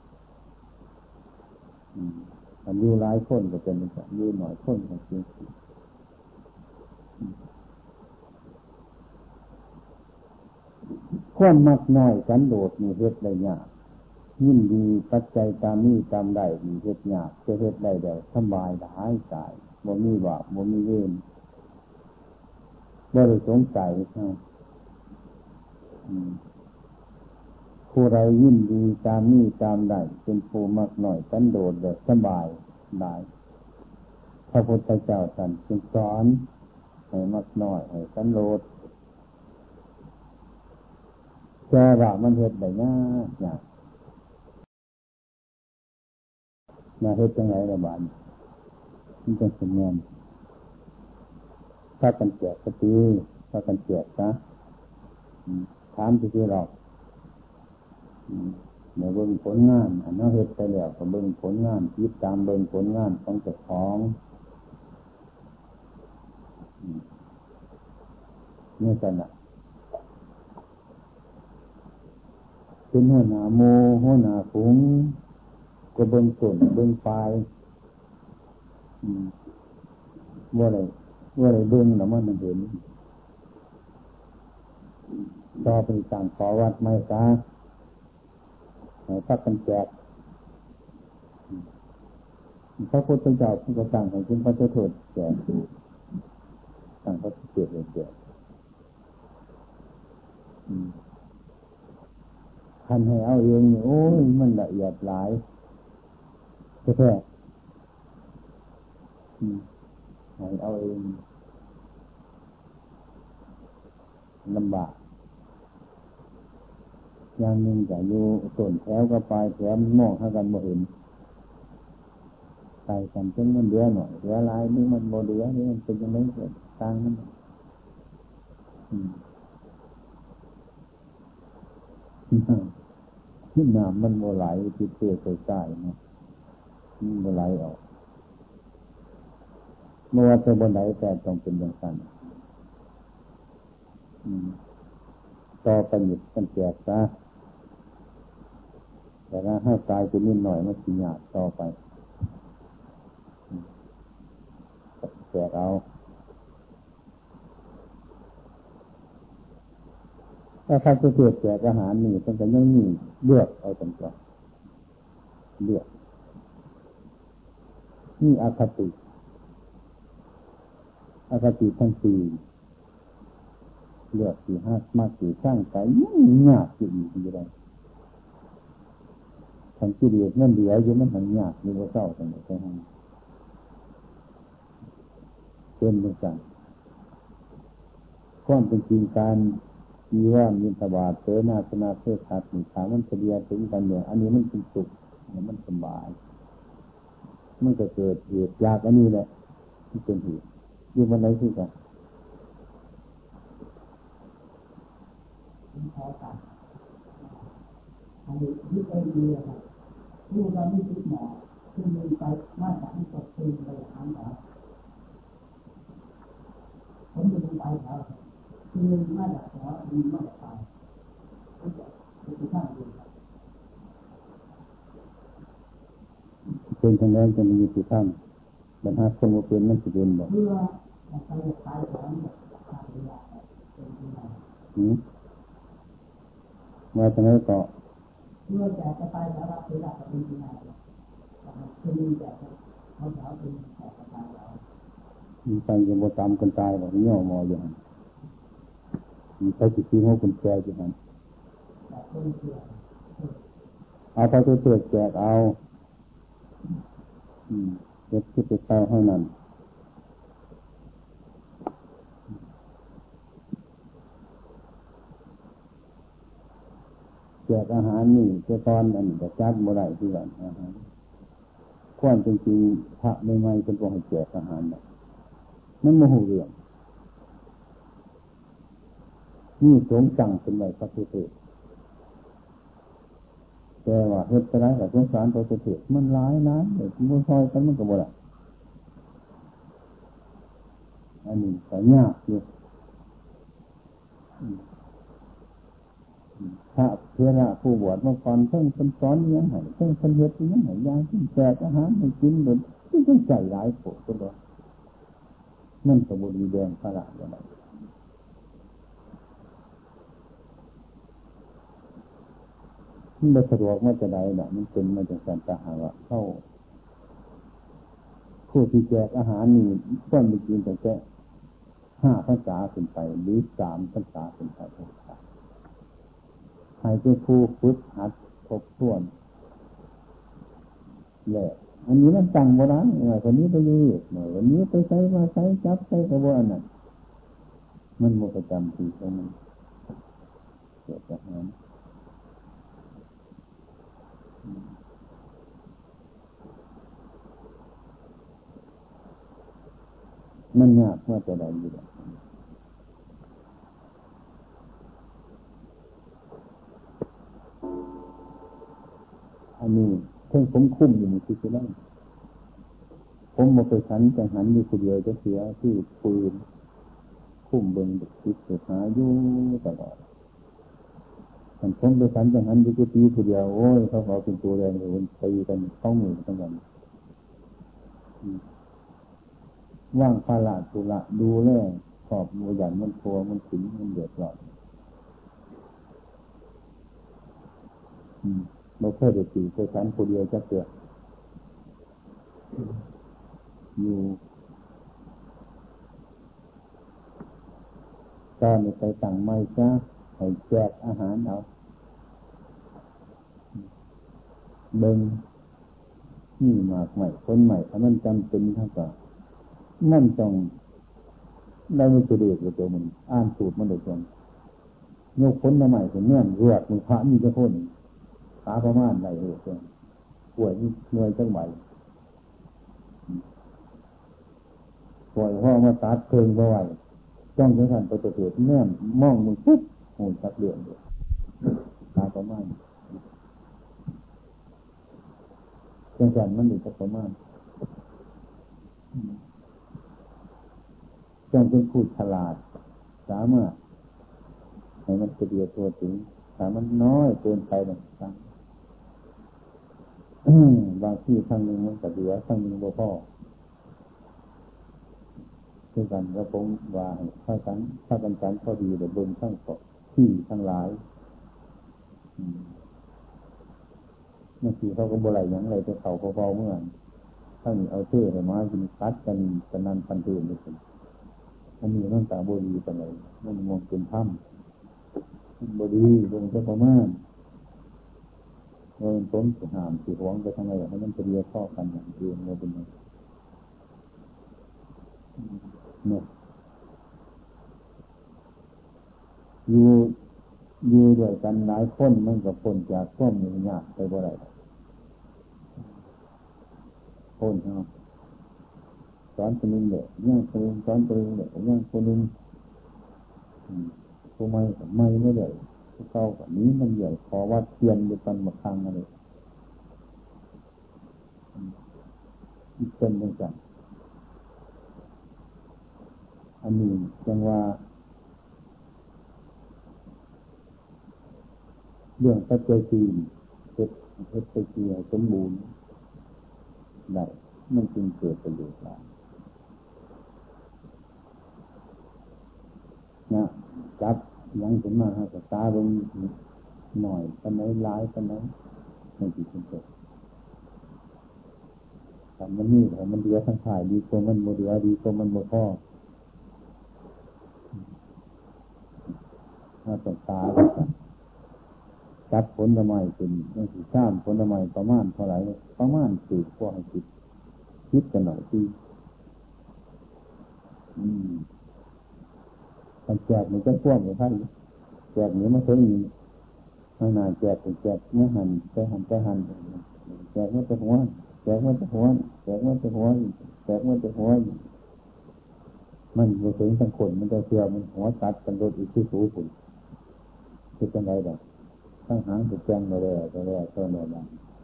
อันอยู่หลายคนก็เป็นอย่างนี้อยู่หน่อยคนก็เป็นความมักน้อยกันโดดมีเฮ็ดได้ยากยิ่งดีปัจจัยตามนี้ตามได้มีเฮ็ดยากจะเฮ็ดได้เดี๋ยวสบายหายใจบ่มีบาปบ่มีเวรบ่ได้สงสัยผู้ใดยิ่งดีตามนี้ตามได้เป็นผู้มักน้อยกันโดดแบบสบายได้พระพุทธเจ้าท่านจึงสอนให้มักน้อยให้กันโดดแต่ว่ามันเฮ็ดได้ยากเฮ็ดจังไงล่ะบาดมันเป็นสัญญาณถ้ากันแจกสติถ้ากันแจกซะถามที่หรอกเดี๋ยวเบิ่งผลงานอันนั้นเฮ็ดไปแล้วก็เบิ่งผลงานคิดตามเบิ่งผลงานของเจ้าของนี่กันน่ะเป็นหัวหน้าโมหัวหน้าฝูงก็เบิ่งต้นเบิ่งปลายว่าอะไรเบิ่งแล้วมันเห็นต่อไปต่างขอวัดไม่ซะให้พักกันแจกพระพุทธเจ้าท่านก็สั่งให้คุณพระเจ้าโทษแจกสั่งพระเจ้าแจกท่านให้เอาเองโอ้ยมันละเอียดหลายแท้ให้เอาเองลำบากอย่างหนึ่งจะอยู่ต้นแถวก็ปลายแถวมองหากันบ่เห็นใส่กันจนมันเหลือหน่อยเหลือหลายนี่มันบ่เหลือนี่มันเป็นยังไงต่างนั้นน้ำมันบ่ไหลที่เตื้อใต้ๆนะมันบ่ไหลออกเมื่อว่าจะบนไหนแต่ต้องเป็นอย่างนั้นต่อไปหยุดกันแจกซะแต่ถ้าให้ตายจะนิดหน่อยมันสิยากต่อไปแจกเอาถ้าใครจะแจกอาหารนี่ต้องยังมีเลือกเอาจนกว่าเลือกนี่อคติทั้งสี่เลือกสี่ห้ามากสี่ช่างใจยากจริงจริงเลยทั้งที่เดียดนั่นเดียวอยู่มันหันยากมีว่าเศร้าจังเลยใช่ไหมเป็นเหมือนกันความเป็นจริงการมีว่ามีสบายเสนาสนะเพื่อขาดหนึ่งขามันเฉลี่ยถึงกันเนี่ยอันนี้มันเป็นสุขมันสบายมันก็เกิดเหตุยากอันนี้แหละที่เป็นเหตุอยู่บนไหนที่กันขอการอันนี้ยึดไอเดียครับลูกเราไม่คิดหมอคือมีไปมาจากที่ตกตีไปหาหมอผมจะลงไปแล้วคือมาจากหมอมีมาจากไปก็จะเป็นข้างเดียวเป็นทางแรงจะมีอยู่ข้างบรรทัดคนว่าเป็นนั่นจะเป็นบ่เพื่อไปตายของตายเวลาเป็นที่ไหนมาจากไหนต่อเพื่อจะไปแล้วเราเวลาเป็นที่ไหนคือมีแต่เขาจะเอาเป็นแต่ตายเรามีไปยังบ่ตามคนตายบ่ย่อมออย่างมีใครจิตที่หัวคนแก่อยู่นั้นเอาไปตัวเตือนแจกเอาเด็กที่ไปเต้าให้นั่นแจกอาหารนี่จะตอนอันจะจัดบ่ได้ที่ว่าอาหารควรจริงๆพระใหม่ๆเป็นพวกให้แจกอาหารน่ะมันโมโหเรื่องนี่สงจังเป็นไรพระพุทธเจ้าแต่ว่าเฮ็ดไปได้กับสงสารพระพุทธเจ้ามันร้ายนะเด็กมันซอยกันมันก็บ่ได้อันนี้ก็ยากอยู่พระเถระผู้บวชเมื่อก่อนเพิ่งเป็นสอนยังไงเพิ่งเป็นเฮ็ดยังไงยางที่แจกอาหารให้กินโดยที่ต้องใจร้ายโผล่ก็ได้นั่นก็บ่ดีแดงพระราชอะไรมันไม่สะดวกมันจะได้น่ะมันเป็นมาจากการตาหาว่าเข้าผู้ที่แจกอาหารนี่ควรไปกินแต่แค่5 พรรษาขึ้นไปหรือ3 พรรษาขึ้นไปใครเป็นผู้ฝึกหัดทบทวนแหละอันนี้มันตั้งโบราณคนนี้ไปยืดวันนี้ไปใช้มาใช้จับใช้กระบวนน่ะมันโมประจำที่ของมันเกิดจากนั้นมันยากว่าจะได้อยู่แล้วอันนี้เพิ่งผมคุ้มอยู่ในที่สุดแล้วผมมาไปฉันแต่หันอยู่คนเดียวจะเสียที่ปืนคุ้มเบิ่งติดสุดหาอยู่ตลอดผมไปฉันแต่หันอยู่กุฏิคนเดียวโอ้ยเขาเป็นตัวแรงเลยมันตีกันต้องมือทั้งวันว่างภาระตุละดูแลขอบมือหยันมันโผล่มันถึงมันเดือดร้อนเราเคยได้ตีเคยฉันคนเดียวจะเกิดอยู่ตอนนี้ไปสั่งไม้จ้าให้แจกอาหารเอาเบิ่งนี่มากใหม่คนใหม่ถ้ามันจำเป็นเท่ากับมันต้องได้ไม่ตัวเด็กกับตัวมันอ่านสูตรมันโดยตรงยกพ้นมาใหม่ถึงเนี่ยรวดมือพระมีจะพ้นขาประมาณใดเหตุป่วยหน่วยจังไหวป่วยพ่อมาตัดเพลิงมาไหวจ้องจะทันไปตัวเถิดเนี่ยมองมึงปุ๊บหูจักเดือดเลยขาประมาณจังสันมันอยู่จักประมาณจ้องเป็นผู้ฉลาดสามารถให้มันเดียวตัวถึงแต่มันน้อยเกินไปบางครั้งบางที่ครั้งหนึ่งมันก็เหลือครั้งหนึ่งบ่พอคือกันก็ผมว่าถ้ากันจันพอดีเดี๋ยวเบิ่งทั้งเกาะที่ทั้งหลายบางทีเขาก็บ่ไหลอย่างไรไปเขาพอๆเมื่อถ้ามีเอาเท่ให้มากินคัดกันกันนั้นพันตื่นเลยสิอันนี้มันตาบดีกันเลยมันมองเป็นถ้ำบดีลงจะประมาณเราเป็นต้นสีหามสีหวงไปทางไหนให้มันเรียข้อกันอย่างเดียวเราเป็นเนี่ยอยู่ด้วยกันหลายคนมันกับคนจากต้นมียากไปบ่ได้คนเนาะคอนคนนึงเนี่ยย่างคนนึงสอนคนนึงเนี่ยย่างคนนึงผู้ไม่ไม่เลยเก่าแบบนี้มันใหญ่ขอว่าเทียนด้วยกันมาคังอะไรอีกเป็นเหมือนกันอันนี้จังว่าเรื่องปัจจัยสี่ปัจจัยสี่สมบูรณ์ได้มันจึงเกิดประโยชน์ได้นะจับยังถึงมาหาตาลงหน่อยตอนไหนร้ายตอนไหนมันจิตเป็นเกิดแต่มันนี่แต่มันเดือดทั้งข่ายดีกว่ามันโมเดือดีกว่ามันโมพ่อถ้าตตาจับผลไม้เป็นยังสีข้ามผลไม้ประมาณเท่าไหร่ประมาณสิบกว่าสิบคิดกันหน่อยที่มันแจกมันจะพ่วงกับท่านแจกนี้มันเคยมีขนาดแจกเป็นแจกเมื่อหันแจกเมื่อจะหัวแจกเมื่อจะหัวแจกเมื่อจะหัวแจกเมื่อจะหัวมันจะถึงทั้งคนมันจะเชื่อมันหัวตัดกันโดยอีกที่สูงสุดคือเป็นไรแบบทั้งหางถูกแจ้งมาเลยก็เลยเท่านั้นนะ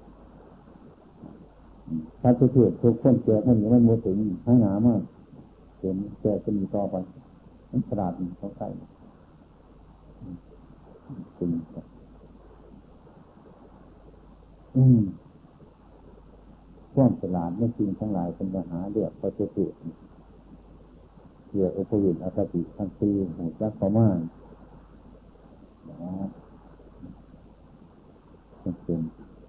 ถ้าทุกเกิดทุกคนแจกมันโมถึงทั้งหนามากเห็นแจกจะมีต่อไปมันฉลาดเขาใส่จริงความฉลาดไม่จริงทั้งหลายเป็นปัญหาเดือดพอจะเกิดเกี่ยวกับผู้อื่นอคติทั้งปีหูจักเขามากนะจริง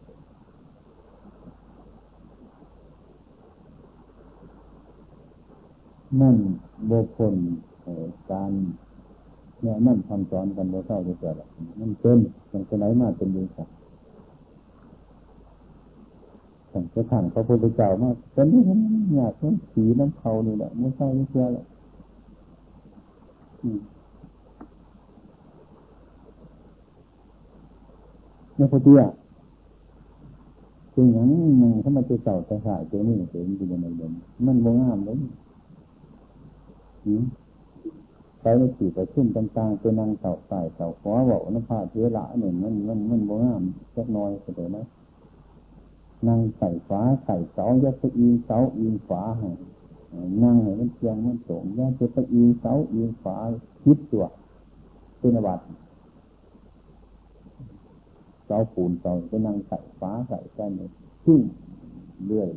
นั่นโบพลการเนี่ยนั่นทำสอนกันโดยเข้าโดยเกิดมันเป็นมันจะไหนมาเป็นดีกว่าแต่จะถังพระพุทธเจ้ามาเป็นที่มันอยากต้องสีน้ำเขานี่แหละไม่ใช่ไม่เชื่อแหละเนี่ยพอดีอ่ะจริงอย่างนี้ถ้ามันจะเจ้าจะขายตัวนี้ตัวนี้เป็นยังไงเลยมันโบงามเลยใช้ในสี่ประชุมต่างๆเป็นนางเต่าใส่เต่าขอบอกน้ำผ้าเชื้อละหนึ่งมันโบงามเล็กน้อยก็ได้ไหมนั่งใส่ฝาใส่เสายัดไปอิงเสาอิงฝาให้นั่งให้มันเทียงมันโต่งยัดไปอิงเสาอิงฝาคิดตัวเป็นวัดเสาปูนเสาไปนั่งใส่ฝาใส่แค่นี้ขึ้นเรื่อย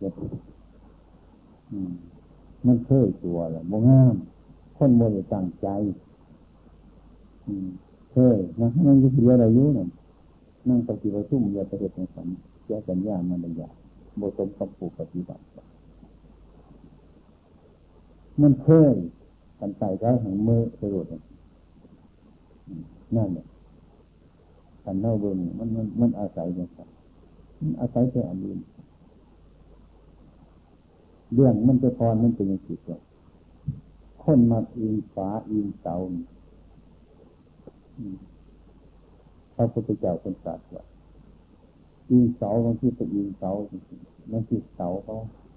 มันเคยตัวแหละโมงามคนโมได้ตั้งใจเคยนะนั่งอยู่ที่อะไรอยู่นั่นนั่งปฏิบัติทุ่มอย่าไปเหตุในสันแก้สัญญามันเลยอย่างโมสมกับผู้ปฏิบัติมันเคยกันใจก็หังมือไปหลุดนั่นแหละกันเล่าเบิ่งมันอาศัยอย่างไรมันอาศัยแต่อันนี้เรื่องมันจะพรมันเป็นอย่างไรคนมาอิงฝาอิงเสาพระพุทธเจ้าเป็นศาสตร์ว่าอิงเสาบางทีไปอิงเสาบางทีเสาเขา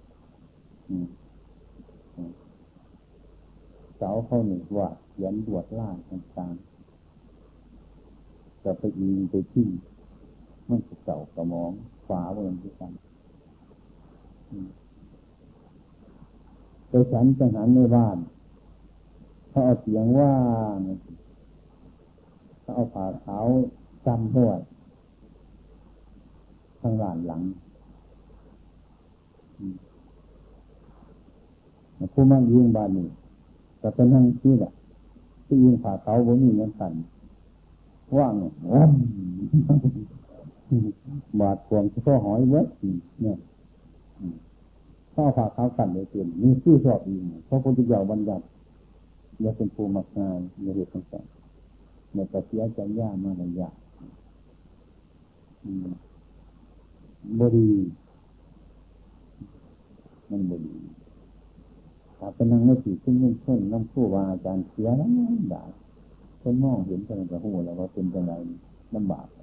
เสาเขาหนึ่งว่าเขียนบวชล่างต่างๆจะไปอิงไปที่มันจะเสากระมองฝาเหมือนกันไปฉันจังหันในบ้านเขาเอาเสียงว่าเขาเอาผ้าขาวจำด้วยทางหลังผู้มั่งยิงบ้านนี่จะเป็นนั่งที่แหละที่ยิงผ่าเขาบนนี้นั่นสั่นว่างบาดควงเฉพาะหอยเวทเนี่ยข้าวผ่าเขาสั่นเลยเปลี่ยนมีชื่อชอบยิงเพราะพุทธเจ้าบัญญัติอย่าเป็นผู้มักงานอย่าเหตุต่างๆเนี่ยแต่เสียใจยากมากเลยยากบดีมันบดีถ้าเป็นนั่งไม่ผีขึ้นเช่นน้ำผู้ว่าอาจารย์เสียแล้วด่าคนมองเห็นกันกระหูแล้วว่าเป็นจังไรลำบาก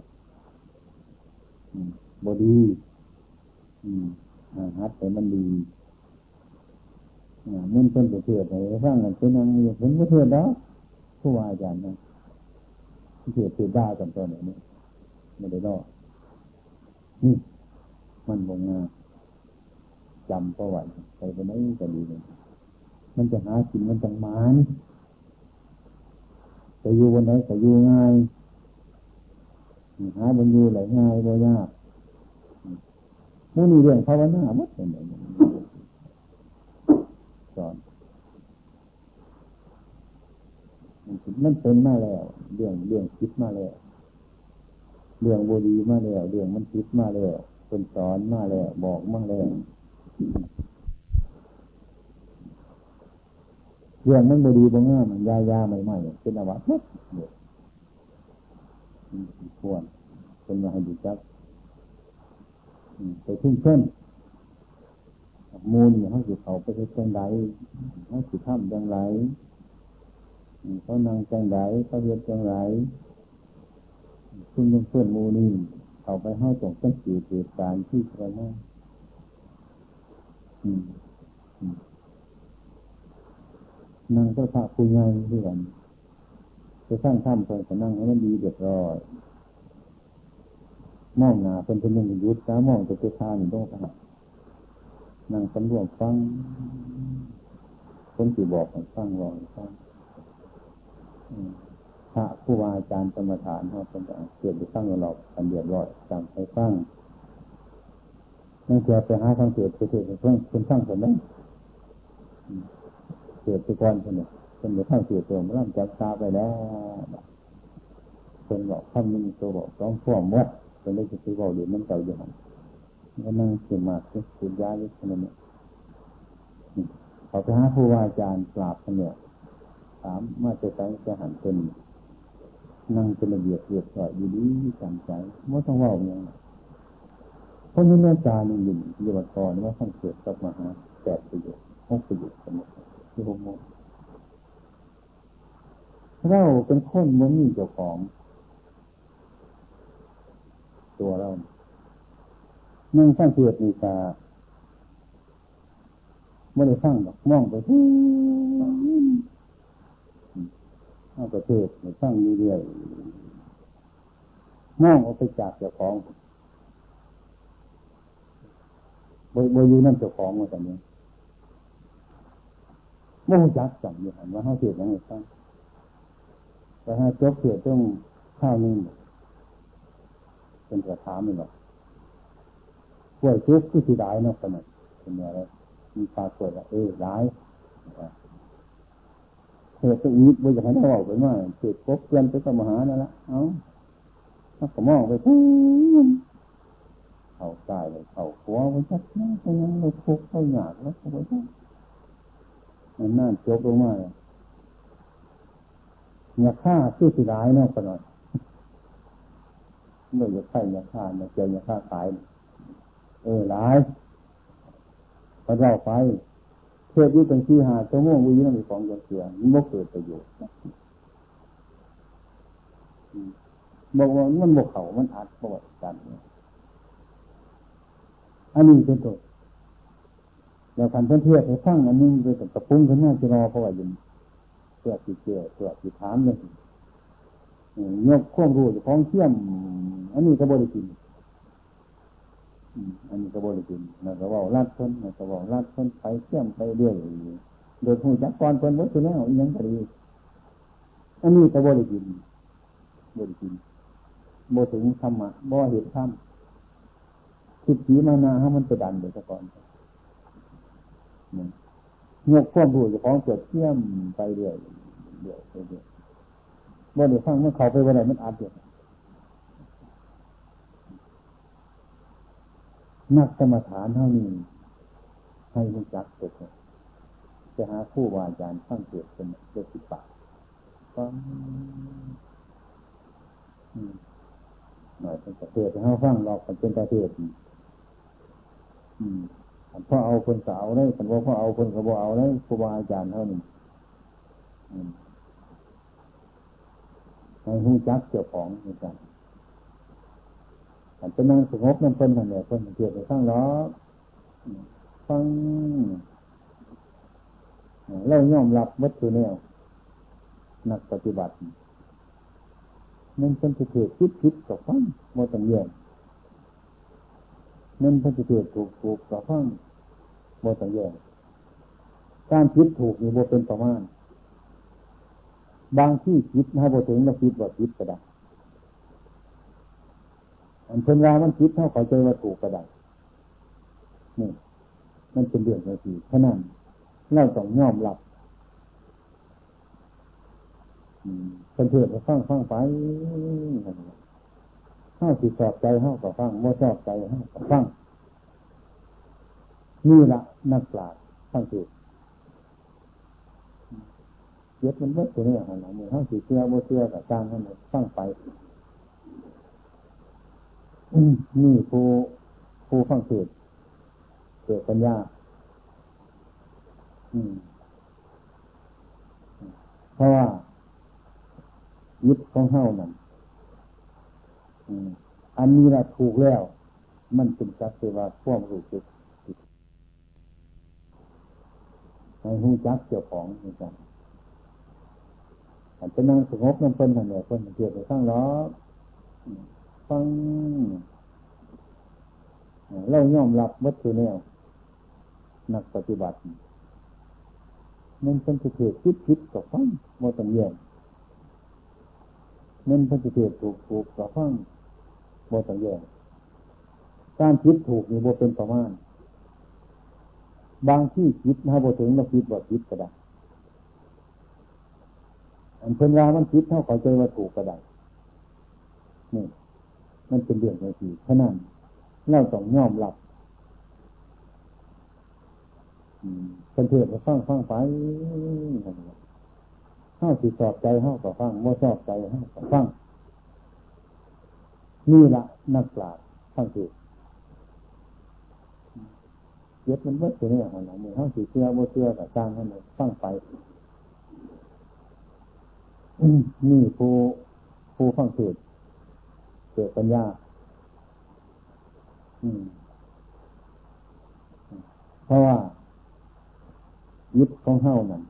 บดีฮัดแต่มันดีมันเป็นประเทศไหนฟังกันเป็นอันนี้เป็นประเทศแล้วผู้ว่าอาจารย์นะประเทศติดได้กันตัวนี้ไม่ได้รอดนี่มันบงงาจำประวัติไปไปไหนก็ดีเลยมันจะหากินมันจังหมานจะอยู่วันไหนก็อยู่ง่ายหาบนอยู่ไหลง่ายบ่ยากมูนี่เรื่องภาวนาหมดเลยสอนมันเป็นมาแล้วเรื่องคิดมาแล้วเรื่องบดีมาแล้วเรื่องมันคิดมาแล้วเป็นสอนมาแล้วบอกมาแล้วเรื่องมันบดีบางง่ายมันยาใหม่ๆเป็นอวัตหมดเนี่ยควรเป็นมาให้ดีจักไปทุ่งเส้นมูลเขาสิเขาไปเฮ็ดจังไดเขาสิทำจังไรเขานั่งจังไดเขาเฮ็ดจังไรทุ่งเส้นมูลนี่เขาไปให้ตรงสังเกตเหตุการณ์ที่กระนั้นนั่งเจ้าพระผู้ใหญ่ด้วยกันจะสร้างถ้ำเพิ่นก็นั่งให้มันดีเรียบร้อยมองหน้าเป็นหนึ่งยุทธมองจะเจ้าชาอยู่ตรงนั้นนั่งสำรวจฟังคนที่บอกให้ฟังวางฟังพระผู้ว่าอาจารย์กรรมฐานเขาเป็นเกิดไปฟังหลอกกันเรียบร้อยจำไปฟังนั่นคือไปหาทางเกิดไปเกิดเพิ่งคนฟังคนนั้นเกิดไปก่อนคนนี้คนเดียวข้างเกิดตัวมันร่ำจับตาไปแล้วคนบอกคำนึงตัวบอกต้องฟ้องวัดคนได้จะซื้อบอกเดี๋ยวมันเก่าอยู่หันก็นั่งเสียมากสุดยาอยู่ขนาดนี้เขาไปหาผู้ว่าอาจารย์ปราบกันเนี่ยถามมาจะใช้จะหันเป็นนั่งเป็นระเบียบเรียบร้อยดีๆจำใจไม่ต้องว่าอย่างนี้เพราะนี่อาจารย์หนึ่งเยาวชนว่าท่านเกิดกับมหา8 ประโยชน์6 ประโยชน์กันหมดที่ผมมองเราเป็นคนเหมือนมีเจ้าของตัวเรานั่งฟังเทศนี่ตาไม่ได้ฟังหรอกมองไปที่ประเทศไม่ฟังเรื่อยๆมองออกไปจากเจ้าของบ่อยู่นั่นเจ้าของมาแต่เนี้ยโมหจักจังอยู่หันว่าเขาเทศยังไงฟังแต่ถ้าจบเทศต้องข้าวนึงเป็นกระถามนี่หรอกกล้วยทุกข์ที่ได้นอกกันเป็นอะไรมีปลากล้วยร้ายเทศต้องนิดว่าจะให้เราออกไปว่าเทศพบเพื่อนไปกับมหานั่นแหละถ้าก็มองไปเข้าใต้เลยเข้าหัวไว้ชัดนะเพราะงั้นเราทุกข์เราหยาบแล้วเขาไว้ชัดมันน่าจบลงมาเนี่ยฆ่าที่ร้ายนอกกันหน่อยเมื่อจะใช่เนี่ยฆ่าเนี่ยเจอเนี่ยฆ่าตายร้ายพอเราไปเทศอยู่เป็น4 5 ชั่วโมงวิ่งมีของเสียมันบ่เกิดประโยชน์บอกว่ามันบกเขามันอัดประวัติกันอันนี้เป็นตัวแล้วการเพื่อนให้ฟังอันนี้เป็นตะปุ้งขึ้นมาจะรอเพราะว่าอยู่เพื่อที่เชื่อเพื่อที่ถามเลยยกข้อรู้จะของเชี่ยมอันนี้ก็บริจินอันนี้ก็บริจินแล้วก็ว่าลัดคนแล้วก็ว่าลัดคนไปเชี่ยมไปเรื่อยโดยผู้จักรคนวัตถุแล้วยังก็ดีอันนี้ก็บริจินบ่ถึงธรรมะบ่เห็นธรรมคิดผีมานาให้มันไปดันเดี๋ยวก่อนยกข้อรู้จะของเกิดเชี่ยมไปเรื่อยบ่ได้ฟังเมื่อเขาไปวันไหนมันอัดอยู่นักกรรมฐานเท่านี้ให้รู้จักเกิดจะหาผู้วาอาจารย์ฟังเกิดเป็นเรื่องสิบปากฟังหน่อยเป็นประเทศให้เขาฟังเราเป็นประเทศพอเอาคนสาวได้คนว่าพอเอาคนก็บ่เอาได้ผู้วาอาจารย์เท่านี้ให้รู้จักเจ้าของเหมือนกันอันเป็นนั่งสงบนั่นเพิ่นนั่นแหละเพิ่นเกี่ยวกับฟังล้อฟังเรายอมรับวัตถุแนวนักปฏิบัตินั่นเป็นสิเถิดคิดกับฟังโมตังเยี่ยมนั่นเป็นสิเถิดถูกกับฟังโมตังเยี่ยมการคิดถูกนี่โมเป็นประมาณบางที่คิดถ้าโมถึงเราคิดว่าคิดก็ได้อันเป็นว่ามันคิดเท่าเข้าใจว่าถูกก็ได้นี่มันเป็นเรื่องในที่ฉะนั้นเราต้องยอมรับเป็นเพื่อนไปฟังไปห้าสิชอบใจห้ากับฟังไม่ชอบใจห้ากับฟังนี่ละนักปราชญ์ฟังเทศเย็ดมันเมื่อตัวนี้หันหลังมือห้าสิเชื่อโมเชื่อกับจางให้มันฟังไปนี่ผู้ฟังเทศเกิดปัญญาเพราะว่ายึดของเฮานั่นอันนี้ละถูกแล้วมันเป็นจักเสว่าควบรู้สึกในหูจักเจ้าของนี่กันอาจจะนั่งสงบนั่งเพิ่นนั่นแหละเพิ่นเกี่ยวกับฟังล้อฟังเรายอมรับวัตถุแนวนักปฏิบัติมันเป็นสิเถิดคิดกับฟังโมตังเยี่ยมนั่นเป็นสิเถิดถูกกับฟังโมตังเยี่ยมการคิดถูกนี่โมเป็นประมาณบางที่คิดถ้าโมถึงเราคิดว่าคิดก็ได้อันเป็นว่ามันคิดเท่าเข้าใจว่าถูกก็ได้นี่มันเป็นเรื่องในที่ฉะนั้นเราต้องยอมรับเป็นเพื่อนไปฟังไปห้าสิชอบใจห้ากับฟังไม่ชอบใจห้ากับฟังนี่ละนักปราชญ์ฟังเทศเย็ดมันเมื่อตัวนี้หันหลังมือห้าสิเชื่อโมเชื่อกับจางให้มันฟังไปนี่ผู้ฟังเทศเกิดปัญญาเพราะว่ายึดของเฮานั่น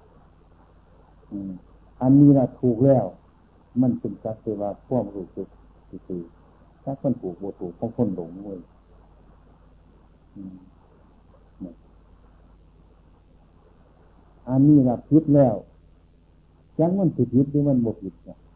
อันนี้ละถูกแล้วมันเป็นจักเสว่าความรู้สึกคือถ้าคนถูกบ่ถูกของคนหลงเว้ยอันนี้ละผิดแล้วจังมันผิดหรือมันบ่ผิดเนี่ย